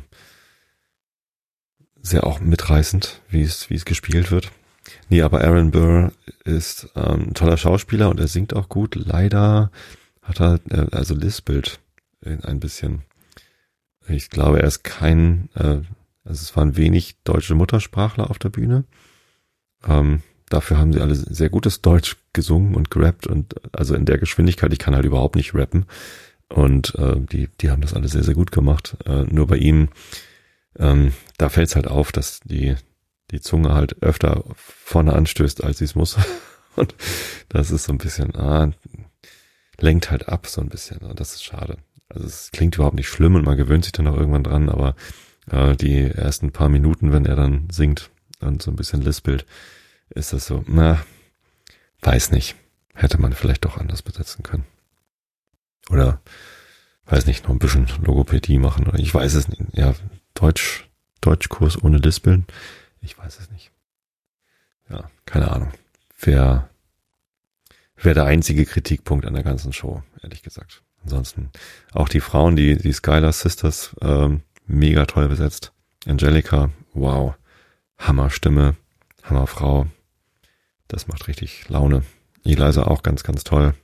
sehr auch mitreißend, wie es gespielt wird. Nee, aber Aaron Burr ist ein toller Schauspieler und er singt auch gut. Leider hat er also lispelt ein bisschen. Ich glaube, er ist also es waren wenig deutsche Muttersprachler auf der Bühne. Dafür haben sie alle sehr gutes Deutsch gesungen und gerappt und also in der Geschwindigkeit, ich kann halt überhaupt nicht rappen und die haben das alle sehr, sehr gut gemacht. Nur bei ihm, da fällt es halt auf, dass die Zunge halt öfter vorne anstößt, als sie es muss. Und das ist so ein bisschen, lenkt halt ab so ein bisschen. Und das ist schade. Also es klingt überhaupt nicht schlimm und man gewöhnt sich dann auch irgendwann dran, aber die ersten paar Minuten, wenn er dann singt und so ein bisschen lispelt, ist das so, weiß nicht. Hätte man vielleicht doch anders besetzen können. Oder, weiß nicht, noch ein bisschen Logopädie machen oder ich weiß es nicht. Ja, Deutschkurs ohne Lispeln. Ich weiß es nicht. Ja, keine Ahnung. Wäre der einzige Kritikpunkt an der ganzen Show, ehrlich gesagt. Ansonsten auch die Frauen, die Skylar Sisters, mega toll besetzt. Angelica, wow, Hammerstimme, Hammerfrau. Das macht richtig Laune. Eliza auch ganz, ganz toll.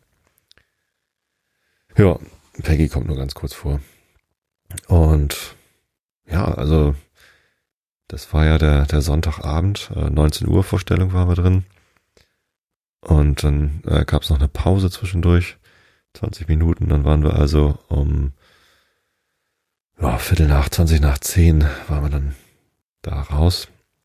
Ja, Peggy kommt nur ganz kurz vor. Und ja, also das war ja der Sonntagabend, 19 Uhr Vorstellung waren wir drin. Und dann gab es noch eine Pause zwischendurch, 20 Minuten. Dann waren wir also um 20 nach 10 waren wir dann da raus.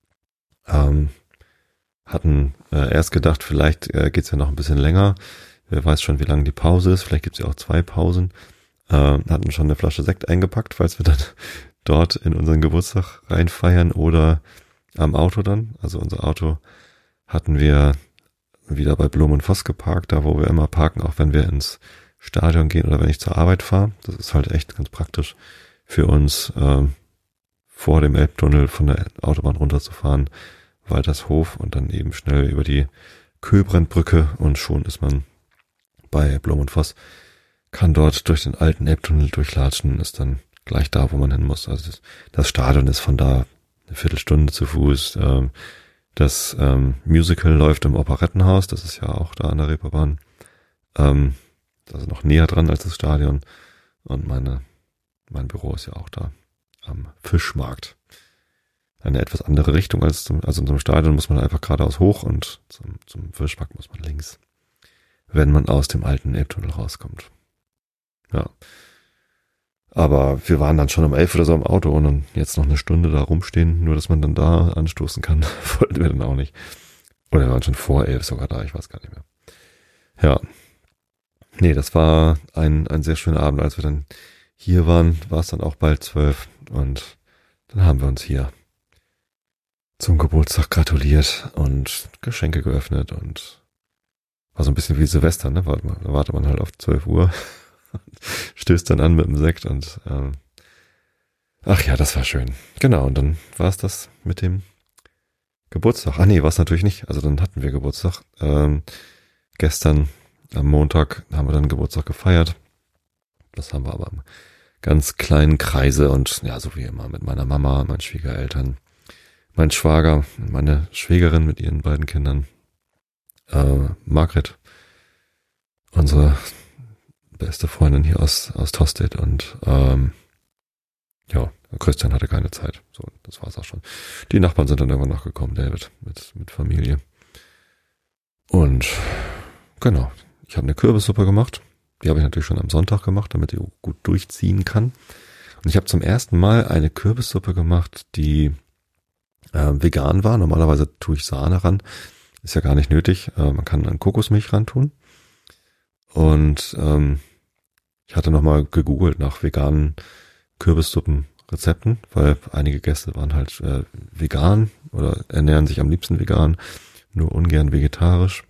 Hatten erst gedacht, vielleicht geht's ja noch ein bisschen länger. Wer weiß schon, wie lange die Pause ist. Vielleicht gibt's ja auch 2 Pausen. Hatten schon eine Flasche Sekt eingepackt, falls wir dann dort in unseren Geburtstag reinfeiern oder am Auto dann. Also unser Auto hatten wir wieder bei Blum und Voss geparkt, da wo wir immer parken, auch wenn wir ins Stadion gehen oder wenn ich zur Arbeit fahre. Das ist halt echt ganz praktisch für uns, vor dem Elbtunnel von der Autobahn runterzufahren, Waltershof und dann eben schnell über die Köbrandbrücke und schon ist man bei Blom und Voss, kann dort durch den alten Elbtunnel durchlatschen, ist dann gleich da, wo man hin muss. Also das Stadion ist von da eine Viertelstunde zu Fuß. Das Musical läuft im Operettenhaus, das ist ja auch da an der Reeperbahn. Also noch näher dran als das Stadion. Und mein Büro ist ja auch da am Fischmarkt. Eine etwas andere Richtung als in so einem Stadion muss man einfach geradeaus hoch und zum Fischmarkt muss man links, wenn man aus dem alten Elbtunnel rauskommt. Ja. Aber wir waren dann schon um 11 oder so im Auto und dann jetzt noch eine Stunde da rumstehen, nur dass man dann da anstoßen kann, wollten wir dann auch nicht. Oder wir waren schon vor 11 sogar da, ich weiß gar nicht mehr. Ja. Nee, das war ein sehr schöner Abend. Als wir dann hier waren, war es dann auch bald 12 und dann haben wir uns hier zum Geburtstag gratuliert und Geschenke geöffnet und war so ein bisschen wie Silvester, ne? Da wartet man halt auf 12 Uhr und stößt dann an mit dem Sekt und ach ja, das war schön. Genau, und dann war es das mit dem Geburtstag. Ah nee, war es natürlich nicht. Also dann hatten wir Geburtstag. Gestern am Montag haben wir dann Geburtstag gefeiert. Das haben wir aber im ganz kleinen Kreise und ja, so wie immer mit meiner Mama, meinen Schwiegereltern, mein Schwager, meine Schwägerin mit ihren beiden Kindern, Margret, unsere beste Freundin hier aus Tostedt und ja, Christian hatte keine Zeit. So, das war's auch schon. Die Nachbarn sind dann irgendwann noch gekommen, David, mit Familie. Und genau, ich habe eine Kürbissuppe gemacht. Die habe ich natürlich schon am Sonntag gemacht, damit die gut durchziehen kann. Und ich habe zum ersten Mal eine Kürbissuppe gemacht, die vegan war. Normalerweise tue ich Sahne ran. Ist ja gar nicht nötig. Man kann dann Kokosmilch ran tun. Und ich hatte nochmal gegoogelt nach veganen Kürbissuppenrezepten, weil einige Gäste waren halt vegan oder ernähren sich am liebsten vegan, nur ungern vegetarisch.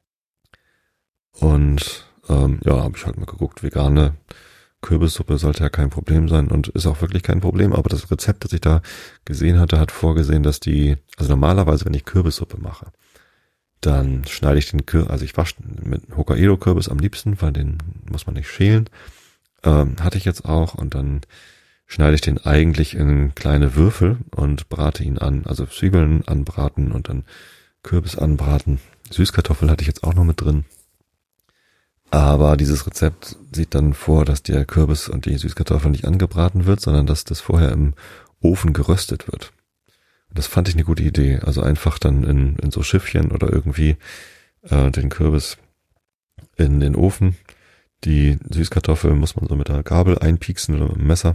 Und ja, habe ich halt mal geguckt, vegane Kürbissuppe sollte ja kein Problem sein und ist auch wirklich kein Problem, aber das Rezept, das ich da gesehen hatte, hat vorgesehen, dass also normalerweise, wenn ich Kürbissuppe mache, dann schneide ich den also ich wasche mit Hokkaido-Kürbis am liebsten, weil den muss man nicht schälen. Hatte ich jetzt auch und dann schneide ich den eigentlich in kleine Würfel und brate ihn an, also Zwiebeln anbraten und dann Kürbis anbraten. Süßkartoffel hatte ich jetzt auch noch mit drin. Aber dieses Rezept sieht dann vor, dass der Kürbis und die Süßkartoffel nicht angebraten wird, sondern dass das vorher im Ofen geröstet wird. Und das fand ich eine gute Idee. Also einfach dann in so Schiffchen oder irgendwie den Kürbis in den Ofen. Die Süßkartoffel muss man so mit der Gabel einpieksen oder mit dem Messer,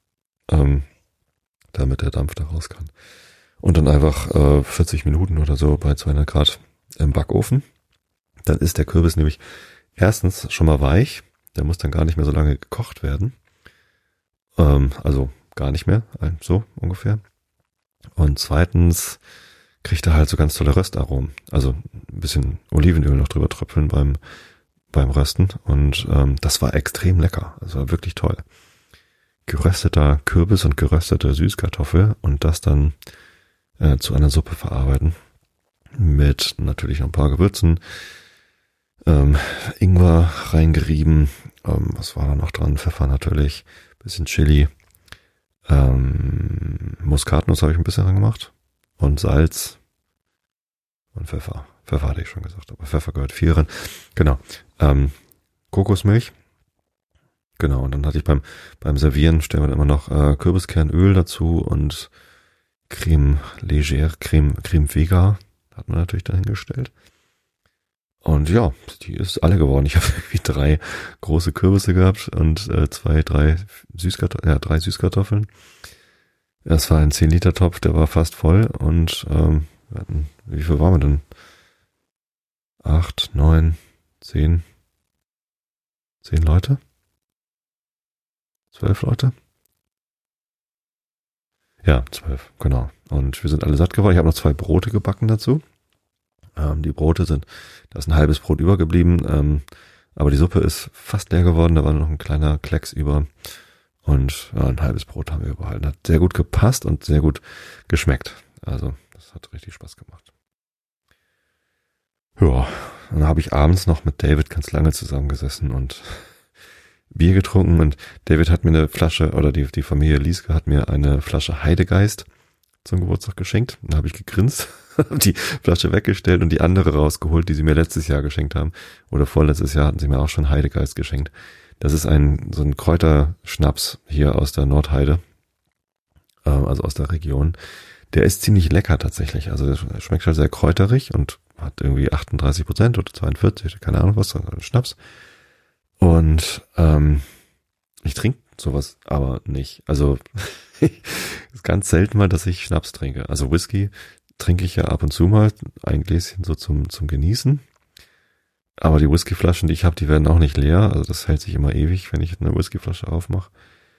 damit der Dampf da raus kann. Und dann einfach 40 Minuten oder so bei 200 Grad im Backofen. Dann ist der Kürbis nämlich erstens schon mal weich, der muss dann gar nicht mehr so lange gekocht werden. Also gar nicht mehr, so ungefähr. Und zweitens kriegt er halt so ganz tolle Röstaromen. Also ein bisschen Olivenöl noch drüber tröpfeln beim Rösten. Und das war extrem lecker. Also war wirklich toll. Gerösteter Kürbis und geröstete Süßkartoffel und das dann zu einer Suppe verarbeiten. Mit natürlich noch ein paar Gewürzen. Ingwer reingerieben, was war da noch dran? Pfeffer natürlich, bisschen Chili, Muskatnuss habe ich ein bisschen reingemacht und Salz und Pfeffer. Pfeffer hatte ich schon gesagt, aber Pfeffer gehört viel rein. Genau, Kokosmilch. Genau, und dann hatte ich beim Servieren, stellen wir dann immer noch Kürbiskernöl dazu und Creme Légère, Creme Vega, hat man natürlich dahingestellt. Und ja, die ist alle geworden. Ich habe irgendwie 3 große Kürbisse gehabt und 3 Süßkartoffeln. Das war ein 10-Liter-Topf, der war fast voll und wir hatten, wie viel waren wir denn? 8, 9, 10 Leute? 12 Leute? Ja, 12, genau. Und wir sind alle satt geworden. Ich habe noch 2 Brote gebacken dazu. Die Brote da ist ein halbes Brot übergeblieben, aber die Suppe ist fast leer geworden, da war noch ein kleiner Klecks über und ja, ein halbes Brot haben wir überhalten. Hat sehr gut gepasst und sehr gut geschmeckt. Also das hat richtig Spaß gemacht. Ja, dann habe ich abends noch mit David ganz lange zusammengesessen und Bier getrunken und David hat mir eine Flasche, oder die Familie Lieske hat mir eine Flasche Heidegeist zum Geburtstag geschenkt. Dann habe ich gegrinst, habe die Flasche weggestellt und die andere rausgeholt, die sie mir letztes Jahr geschenkt haben. Oder vorletztes Jahr hatten sie mir auch schon Heidegeist geschenkt. Das ist so ein Kräuterschnaps hier aus der Nordheide, also aus der Region. Der ist ziemlich lecker tatsächlich. Also der schmeckt halt sehr kräuterig und hat irgendwie 38% oder 42, keine Ahnung was, Schnaps. Und ich trinke sowas aber nicht. Also es ist ganz selten mal, dass ich Schnaps trinke. Also Whisky trinke ich ja ab und zu mal, ein Gläschen so zum Genießen. Aber die Whiskyflaschen, die ich habe, die werden auch nicht leer. Also das hält sich immer ewig, wenn ich eine Whiskyflasche aufmache.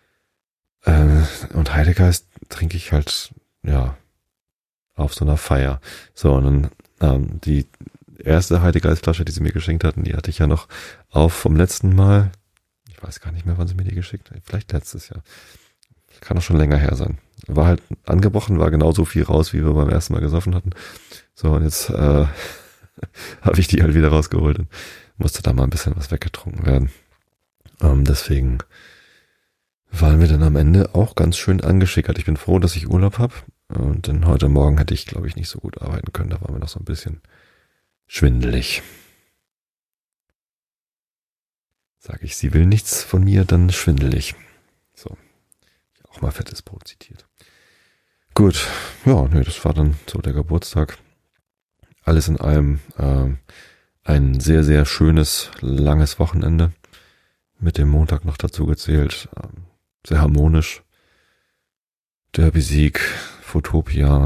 Und Heidegeist trinke ich halt, ja, auf so einer Feier. So, und dann die erste Heidegeistflasche, die sie mir geschenkt hatten, die hatte ich ja noch auf vom letzten Mal. Ich weiß gar nicht mehr, wann sie mir die geschickt hat. Vielleicht letztes Jahr. Kann auch schon länger her sein. War halt angebrochen, war genauso viel raus, wie wir beim ersten Mal gesoffen hatten. So, und jetzt habe ich die halt wieder rausgeholt und musste da mal ein bisschen was weggetrunken werden. Deswegen waren wir dann am Ende auch ganz schön angeschickert. Ich bin froh, dass ich Urlaub habe. Und dann heute Morgen hätte ich, glaube ich, nicht so gut arbeiten können. Da waren wir noch so ein bisschen schwindelig. Sag ich, sie will nichts von mir, dann schwindelig. So. Auch mal fettes Brot zitiert. Gut. Ja, das war dann so der Geburtstag. Alles in allem ein sehr, sehr schönes, langes Wochenende. Mit dem Montag noch dazu gezählt. Sehr harmonisch. Derby-Sieg, Photopia,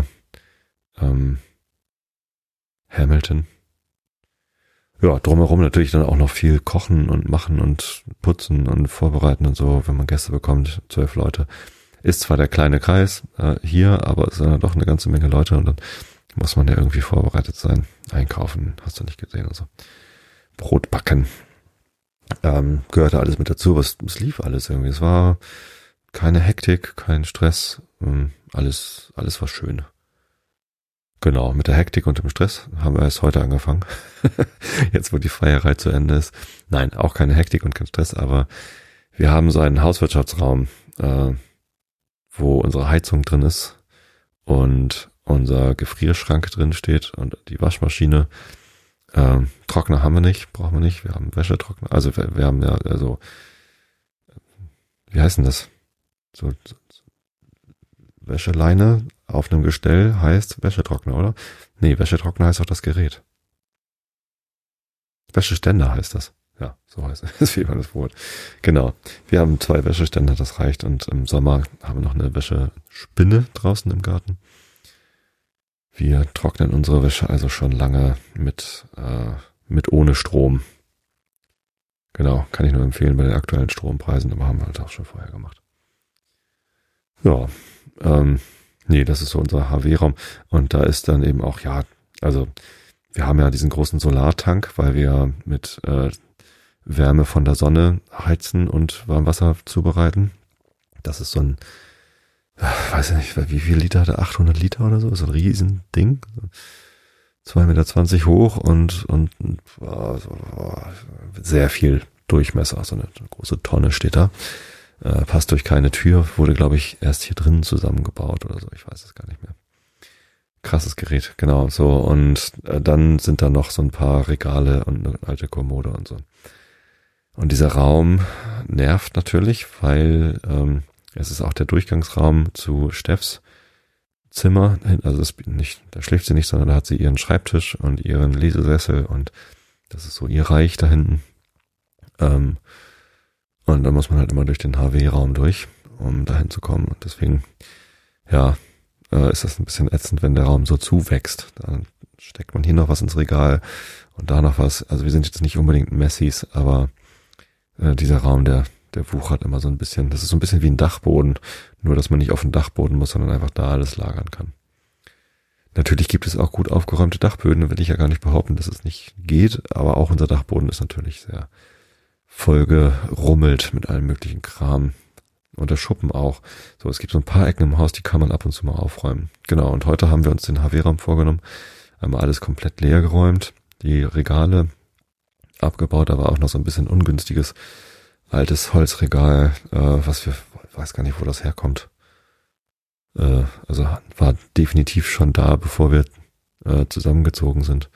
Hamilton. Ja, drumherum natürlich dann auch noch viel kochen und machen und putzen und vorbereiten und so, wenn man Gäste bekommt, 12 Leute. Ist zwar der kleine Kreis hier, aber es sind dann doch eine ganze Menge Leute und dann muss man ja irgendwie vorbereitet sein. Einkaufen, hast du nicht gesehen und so. Brot backen. Gehörte alles mit dazu, es lief alles irgendwie. Es war keine Hektik, kein Stress, alles war schön. Genau, mit der Hektik und dem Stress haben wir erst heute angefangen. Jetzt, wo die Feierei zu Ende ist. Nein, auch keine Hektik und kein Stress, aber wir haben so einen Hauswirtschaftsraum, wo unsere Heizung drin ist und unser Gefrierschrank drin steht und die Waschmaschine. Trockner haben wir nicht, brauchen wir nicht. Wir haben Wäschetrockner. Also wir haben ja, also wie heißt denn das? So Wäscheleine auf einem Gestell heißt Wäschetrockner, oder? Nee, Wäschetrockner heißt auch das Gerät. Wäscheständer heißt das. Ja, so heißt es. Das fehlt mir das Wort. Genau. Wir haben 2 Wäscheständer, das reicht. Und im Sommer haben wir noch eine Wäschespinne draußen im Garten. Wir trocknen unsere Wäsche also schon lange mit ohne Strom. Genau, kann ich nur empfehlen bei den aktuellen Strompreisen, aber haben wir halt auch schon vorher gemacht. Ja, das ist so unser HW-Raum. Und da ist dann eben auch, ja, also wir haben ja diesen großen Solartank, weil wir mit Wärme von der Sonne heizen und Warmwasser zubereiten. Das ist so ein, weiß ich nicht, wie viel Liter hat er? 800 Liter oder so? So ein Riesending. 2,20 Meter hoch und sehr viel Durchmesser. So eine große Tonne steht da. Passt durch keine Tür. Wurde, glaube ich, erst hier drin zusammengebaut oder so. Ich weiß es gar nicht mehr. Krasses Gerät, genau. So, und dann sind da noch so ein paar Regale und eine alte Kommode und so. Und dieser Raum nervt natürlich, weil es ist auch der Durchgangsraum zu Steffs Zimmer. Also da schläft sie nicht, sondern da hat sie ihren Schreibtisch und ihren Lesesessel und das ist so ihr Reich da hinten. Und dann muss man halt immer durch den HW-Raum durch, um dahin zu kommen. Und deswegen, ja, ist das ein bisschen ätzend, wenn der Raum so zuwächst. Dann steckt man hier noch was ins Regal und da noch was. Also wir sind jetzt nicht unbedingt Messis, aber dieser Raum, der wuchert immer so ein bisschen. Das ist so ein bisschen wie ein Dachboden, nur dass man nicht auf den Dachboden muss, sondern einfach da alles lagern kann. Natürlich gibt es auch gut aufgeräumte Dachböden, will ich ja gar nicht behaupten, dass es nicht geht, aber auch unser Dachboden ist natürlich sehr vollgerummelt mit allem möglichen Kram. Und der Schuppen auch. So, es gibt so ein paar Ecken im Haus, die kann man ab und zu mal aufräumen. Genau, und heute haben wir uns den HW-Raum vorgenommen. Einmal alles komplett leer geräumt, die Regale abgebaut, aber auch noch so ein bisschen ungünstiges altes Holzregal, weiß gar nicht, wo das herkommt. Also war definitiv schon da, bevor wir zusammengezogen sind.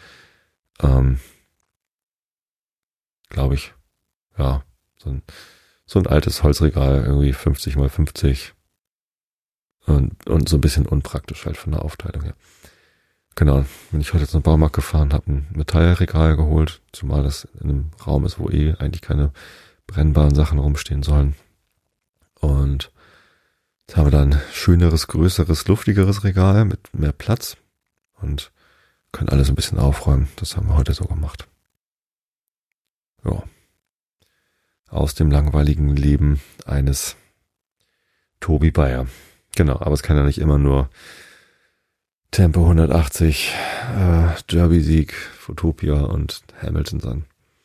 Glaube ich. Ja, so ein altes Holzregal, irgendwie 50 mal 50 und so ein bisschen unpraktisch halt von der Aufteilung her. Genau, bin ich heute zum Baumarkt gefahren, habe ein Metallregal geholt, zumal das in einem Raum ist, wo eigentlich keine brennbaren Sachen rumstehen sollen. Und jetzt haben wir dann ein schöneres, größeres, luftigeres Regal mit mehr Platz und können alles ein bisschen aufräumen. Das haben wir heute so gemacht. Ja. Aus dem langweiligen Leben eines Tobi Bayer. Genau, aber es kann ja nicht immer nur Tempo 180, Derby-Sieg, Photopia und Hamilton sein.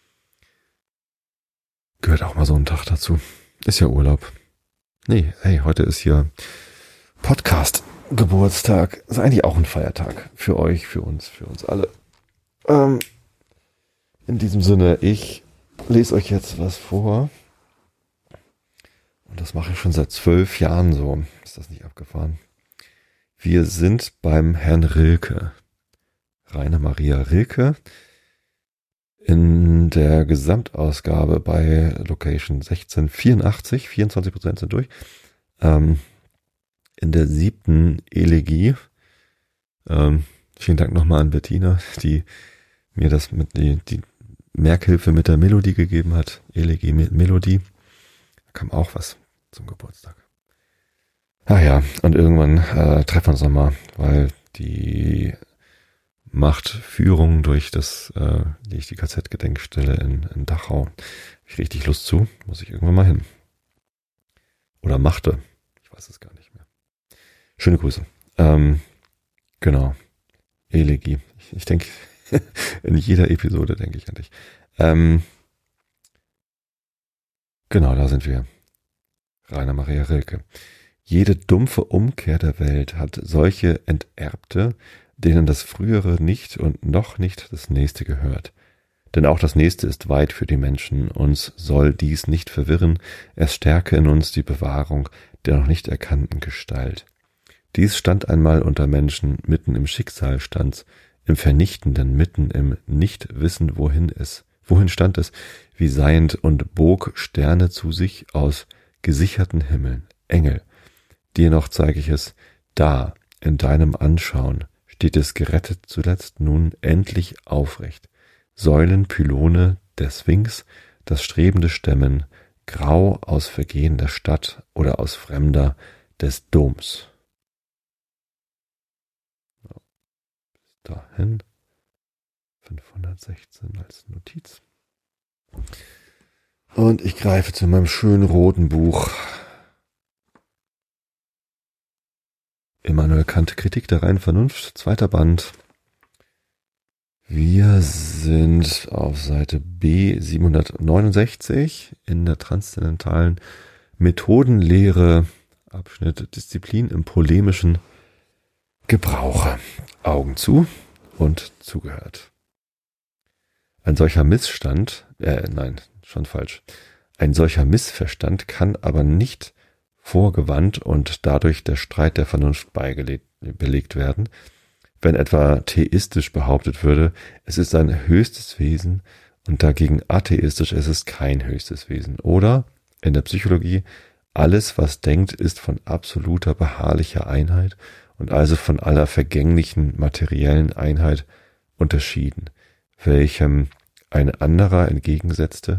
Gehört auch mal so ein Tag dazu. Ist ja Urlaub. Nee, hey, heute ist hier Podcast-Geburtstag. Ist eigentlich auch ein Feiertag. Für euch, für uns alle. In diesem Sinne, ich lese euch jetzt was vor. Und das mache ich schon seit 12 Jahren so. Ist das nicht abgefahren? Wir sind beim Herrn Rilke. Rainer Maria Rilke. In der Gesamtausgabe bei Location 1684, 24% sind durch. In der 7. Elegie. Vielen Dank nochmal an Bettina, die mir das mit die Merkhilfe mit der Melodie gegeben hat. Elegie mit Melodie. Da kam auch was zum Geburtstag. Ach ja, und irgendwann treffen wir uns nochmal, weil die Machtführung durch die KZ-Gedenkstelle in Dachau, habe ich richtig Lust zu, muss ich irgendwann mal hin. Oder machte, ich weiß es gar nicht mehr. Schöne Grüße. Genau, Elegie. Ich denke, in jeder Episode denke ich an dich. Genau, da sind wir. Rainer Maria Rilke. Jede dumpfe Umkehr der Welt hat solche Enterbte, denen das Frühere nicht und noch nicht das Nächste gehört. Denn auch das Nächste ist weit für die Menschen, uns soll dies nicht verwirren, es stärke in uns die Bewahrung der noch nicht erkannten Gestalt. Dies stand einmal unter Menschen, mitten im Schicksal stand's, im Vernichtenden, mitten im Nichtwissen, wohin stand es, wie seiend und bog Sterne zu sich aus gesicherten Himmeln, Engel. Dir noch zeig ich es, da, in deinem Anschauen, steht es gerettet zuletzt nun endlich aufrecht. Säulen, Pylone der Sphinx, das strebende Stemmen, grau aus Vergehen der Stadt oder aus Fremder des Doms. Bis dahin 516 als Notiz. Und ich greife zu meinem schönen roten Buch. Immanuel Kant, Kritik der reinen Vernunft, 2. Band. Wir sind auf Seite B 769 in der transzendentalen Methodenlehre, Abschnitt Disziplin im polemischen Gebrauche. Augen zu und zugehört. Ein solcher Missverstand kann aber nicht vorgewandt und dadurch der Streit der Vernunft belegt werden, wenn etwa theistisch behauptet würde, es ist ein höchstes Wesen und dagegen atheistisch, es ist kein höchstes Wesen. Oder in der Psychologie, alles, was denkt, ist von absoluter beharrlicher Einheit und also von aller vergänglichen materiellen Einheit unterschieden, welchem ein anderer entgegensetzte,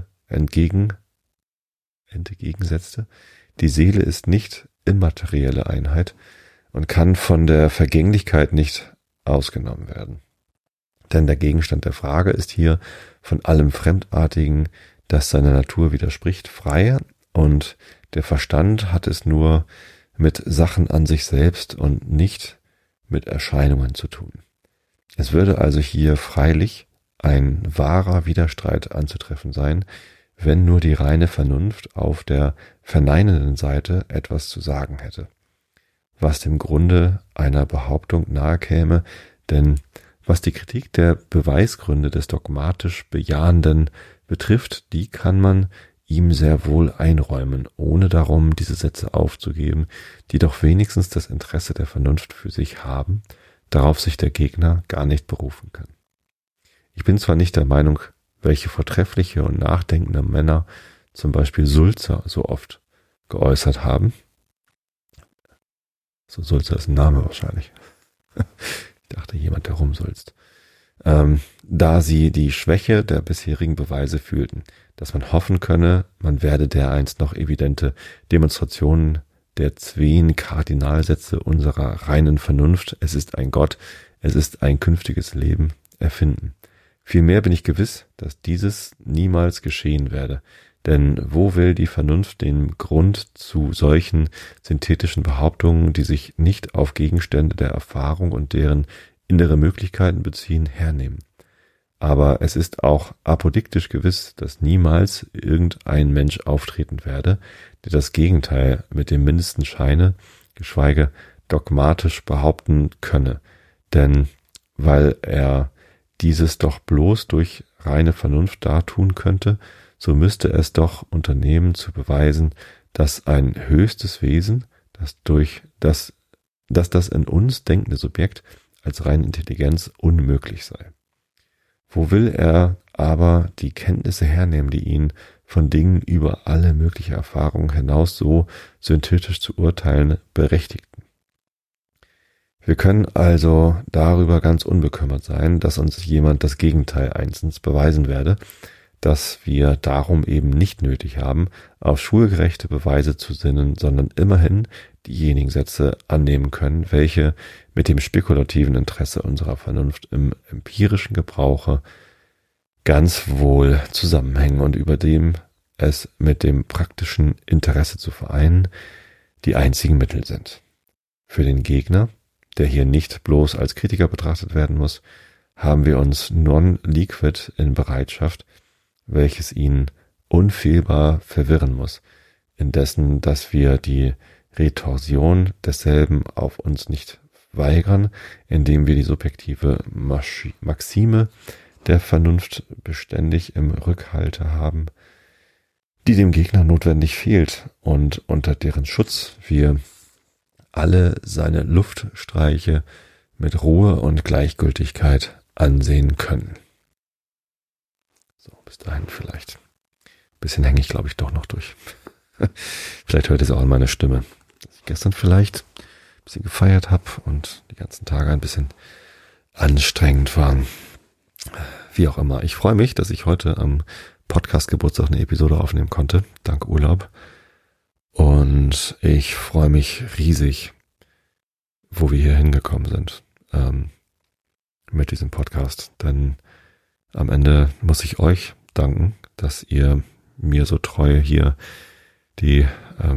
die Seele ist nicht immaterielle Einheit und kann von der Vergänglichkeit nicht ausgenommen werden. Denn der Gegenstand der Frage ist hier von allem Fremdartigen, das seiner Natur widerspricht, frei, und der Verstand hat es nur mit Sachen an sich selbst und nicht mit Erscheinungen zu tun. Es würde also hier freilich ein wahrer Widerstreit anzutreffen sein, wenn nur die reine Vernunft auf der verneinenden Seite etwas zu sagen hätte, was dem Grunde einer Behauptung nahe käme, denn was die Kritik der Beweisgründe des dogmatisch Bejahenden betrifft, die kann man ihm sehr wohl einräumen, ohne darum diese Sätze aufzugeben, die doch wenigstens das Interesse der Vernunft für sich haben, darauf sich der Gegner gar nicht berufen kann. Ich bin zwar nicht der Meinung, welche vortreffliche und nachdenkende Männer zum Beispiel Sulzer so oft geäußert haben. So, Sulzer ist ein Name wahrscheinlich. Ich dachte, jemand, der rumsulzt. Da sie die Schwäche der bisherigen Beweise fühlten, dass man hoffen könne, man werde dereinst noch evidente Demonstrationen der zween Kardinalsätze unserer reinen Vernunft, es ist ein Gott, es ist ein künftiges Leben, erfinden. Vielmehr bin ich gewiss, dass dieses niemals geschehen werde, denn wo will die Vernunft den Grund zu solchen synthetischen Behauptungen, die sich nicht auf Gegenstände der Erfahrung und deren innere Möglichkeiten beziehen, hernehmen? Aber es ist auch apodiktisch gewiss, dass niemals irgendein Mensch auftreten werde, der das Gegenteil mit dem mindesten Scheine, geschweige dogmatisch behaupten könne, denn weil er dieses doch bloß durch reine Vernunft dartun könnte, so müsste es doch unternehmen zu beweisen, dass ein höchstes Wesen, das in uns denkende Subjekt als reine Intelligenz unmöglich sei. Wo will er aber die Kenntnisse hernehmen, die ihn von Dingen über alle mögliche Erfahrung hinaus so synthetisch zu urteilen berechtigten? Wir können also darüber ganz unbekümmert sein, dass uns jemand das Gegenteil einstens beweisen werde, dass wir darum eben nicht nötig haben, auf schulgerechte Beweise zu sinnen, sondern immerhin diejenigen Sätze annehmen können, welche mit dem spekulativen Interesse unserer Vernunft im empirischen Gebrauche ganz wohl zusammenhängen und über dem es mit dem praktischen Interesse zu vereinen die einzigen Mittel sind. Für den Gegner, der hier nicht bloß als Kritiker betrachtet werden muss, haben wir uns non-liquid in Bereitschaft, welches ihn unfehlbar verwirren muss, indessen, dass wir die Retorsion desselben auf uns nicht weigern, indem wir die subjektive Maxime der Vernunft beständig im Rückhalte haben, die dem Gegner notwendig fehlt und unter deren Schutz wir alle seine Luftstreiche mit Ruhe und Gleichgültigkeit ansehen können. So, bis dahin vielleicht. Ein bisschen hänge ich, glaube ich, doch noch durch. Vielleicht hört ihr es auch an meiner Stimme, dass ich gestern vielleicht ein bisschen gefeiert habe und die ganzen Tage ein bisschen anstrengend waren. Wie auch immer. Ich freue mich, dass ich heute am Podcast-Geburtstag eine Episode aufnehmen konnte, dank Urlaub. Und ich freue mich riesig, wo wir hier hingekommen sind mit diesem Podcast. Denn am Ende muss ich euch danken, dass ihr mir so treu hier die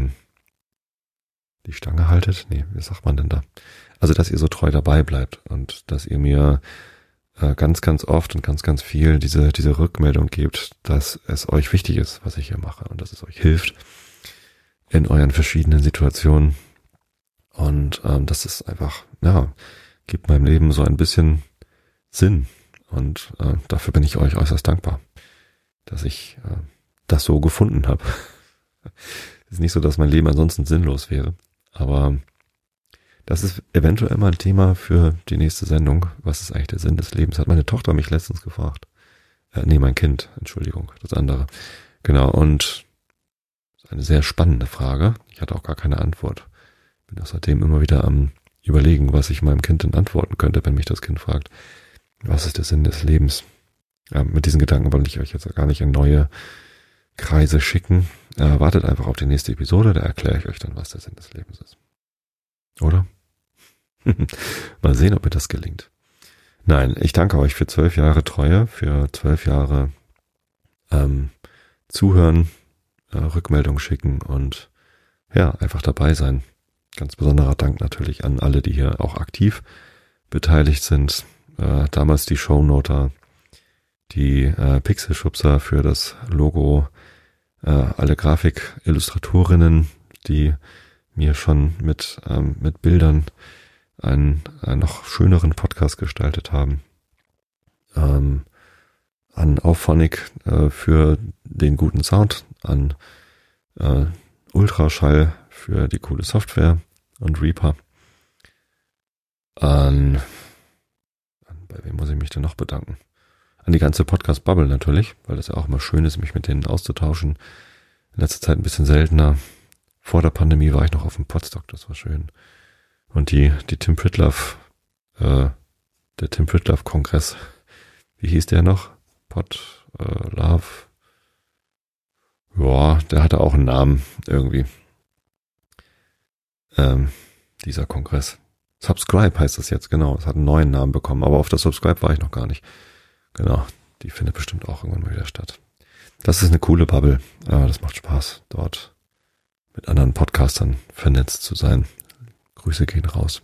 Stange haltet. Nee, wie sagt man denn da? Also, dass ihr so treu dabei bleibt und dass ihr mir ganz, ganz oft und ganz, ganz viel diese Rückmeldung gebt, dass es euch wichtig ist, was ich hier mache und dass es euch hilft in euren verschiedenen Situationen. Und das ist einfach, ja, gibt meinem Leben so ein bisschen Sinn. Und dafür bin ich euch äußerst dankbar, dass ich das so gefunden habe. Es ist nicht so, dass mein Leben ansonsten sinnlos wäre, aber das ist eventuell mal ein Thema für die nächste Sendung. Was ist eigentlich der Sinn des Lebens? Hat meine Tochter mich letztens gefragt. Mein Kind, Entschuldigung, das andere. Genau, und das ist eine sehr spannende Frage. Ich hatte auch gar keine Antwort. Bin auch seitdem immer wieder am Überlegen, was ich meinem Kind denn antworten könnte, wenn mich das Kind fragt. Was ist der Sinn des Lebens? Mit diesen Gedanken wollte ich euch jetzt gar nicht in neue Kreise schicken. Wartet einfach auf die nächste Episode, da erkläre ich euch dann, was der Sinn des Lebens ist. Oder? Mal sehen, ob mir das gelingt. Nein, ich danke euch für 12 Jahre Treue, für 12 Jahre Zuhören, Rückmeldung schicken und ja, einfach dabei sein. Ganz besonderer Dank natürlich an alle, die hier auch aktiv beteiligt sind. Damals die Shownoter, die Pixelschubser für das Logo, alle Grafikillustratorinnen, die mir schon mit Bildern einen noch schöneren Podcast gestaltet haben. An Auphonic für den guten Sound, an Ultraschall für die coole Software und Reaper. Bei wem muss ich mich denn noch bedanken? An die ganze Podcast-Bubble natürlich, weil das ja auch immer schön ist, mich mit denen auszutauschen. In letzter Zeit ein bisschen seltener. Vor der Pandemie war ich noch auf dem Podstock, das war schön. Und der Tim Pritlove Kongress, wie hieß der noch? Love. Ja, der hatte auch einen Namen irgendwie. Dieser Kongress. Subscribe heißt das jetzt, genau. Es hat einen neuen Namen bekommen, aber auf der Subscribe war ich noch gar nicht. Genau, die findet bestimmt auch irgendwann mal wieder statt. Das ist eine coole Bubble. Das macht Spaß, dort mit anderen Podcastern vernetzt zu sein. Grüße gehen raus.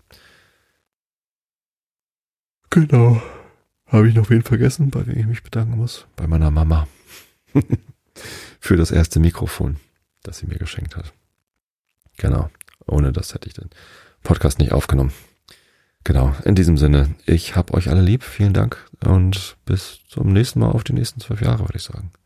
Genau. Habe ich noch wen vergessen, bei wem ich mich bedanken muss? Bei meiner Mama. Für das erste Mikrofon, das sie mir geschenkt hat. Genau. Ohne das hätte ich den Podcast nicht aufgenommen. Genau. In diesem Sinne, ich hab euch alle lieb. Vielen Dank und bis zum nächsten Mal auf die nächsten 12 Jahre, würde ich sagen.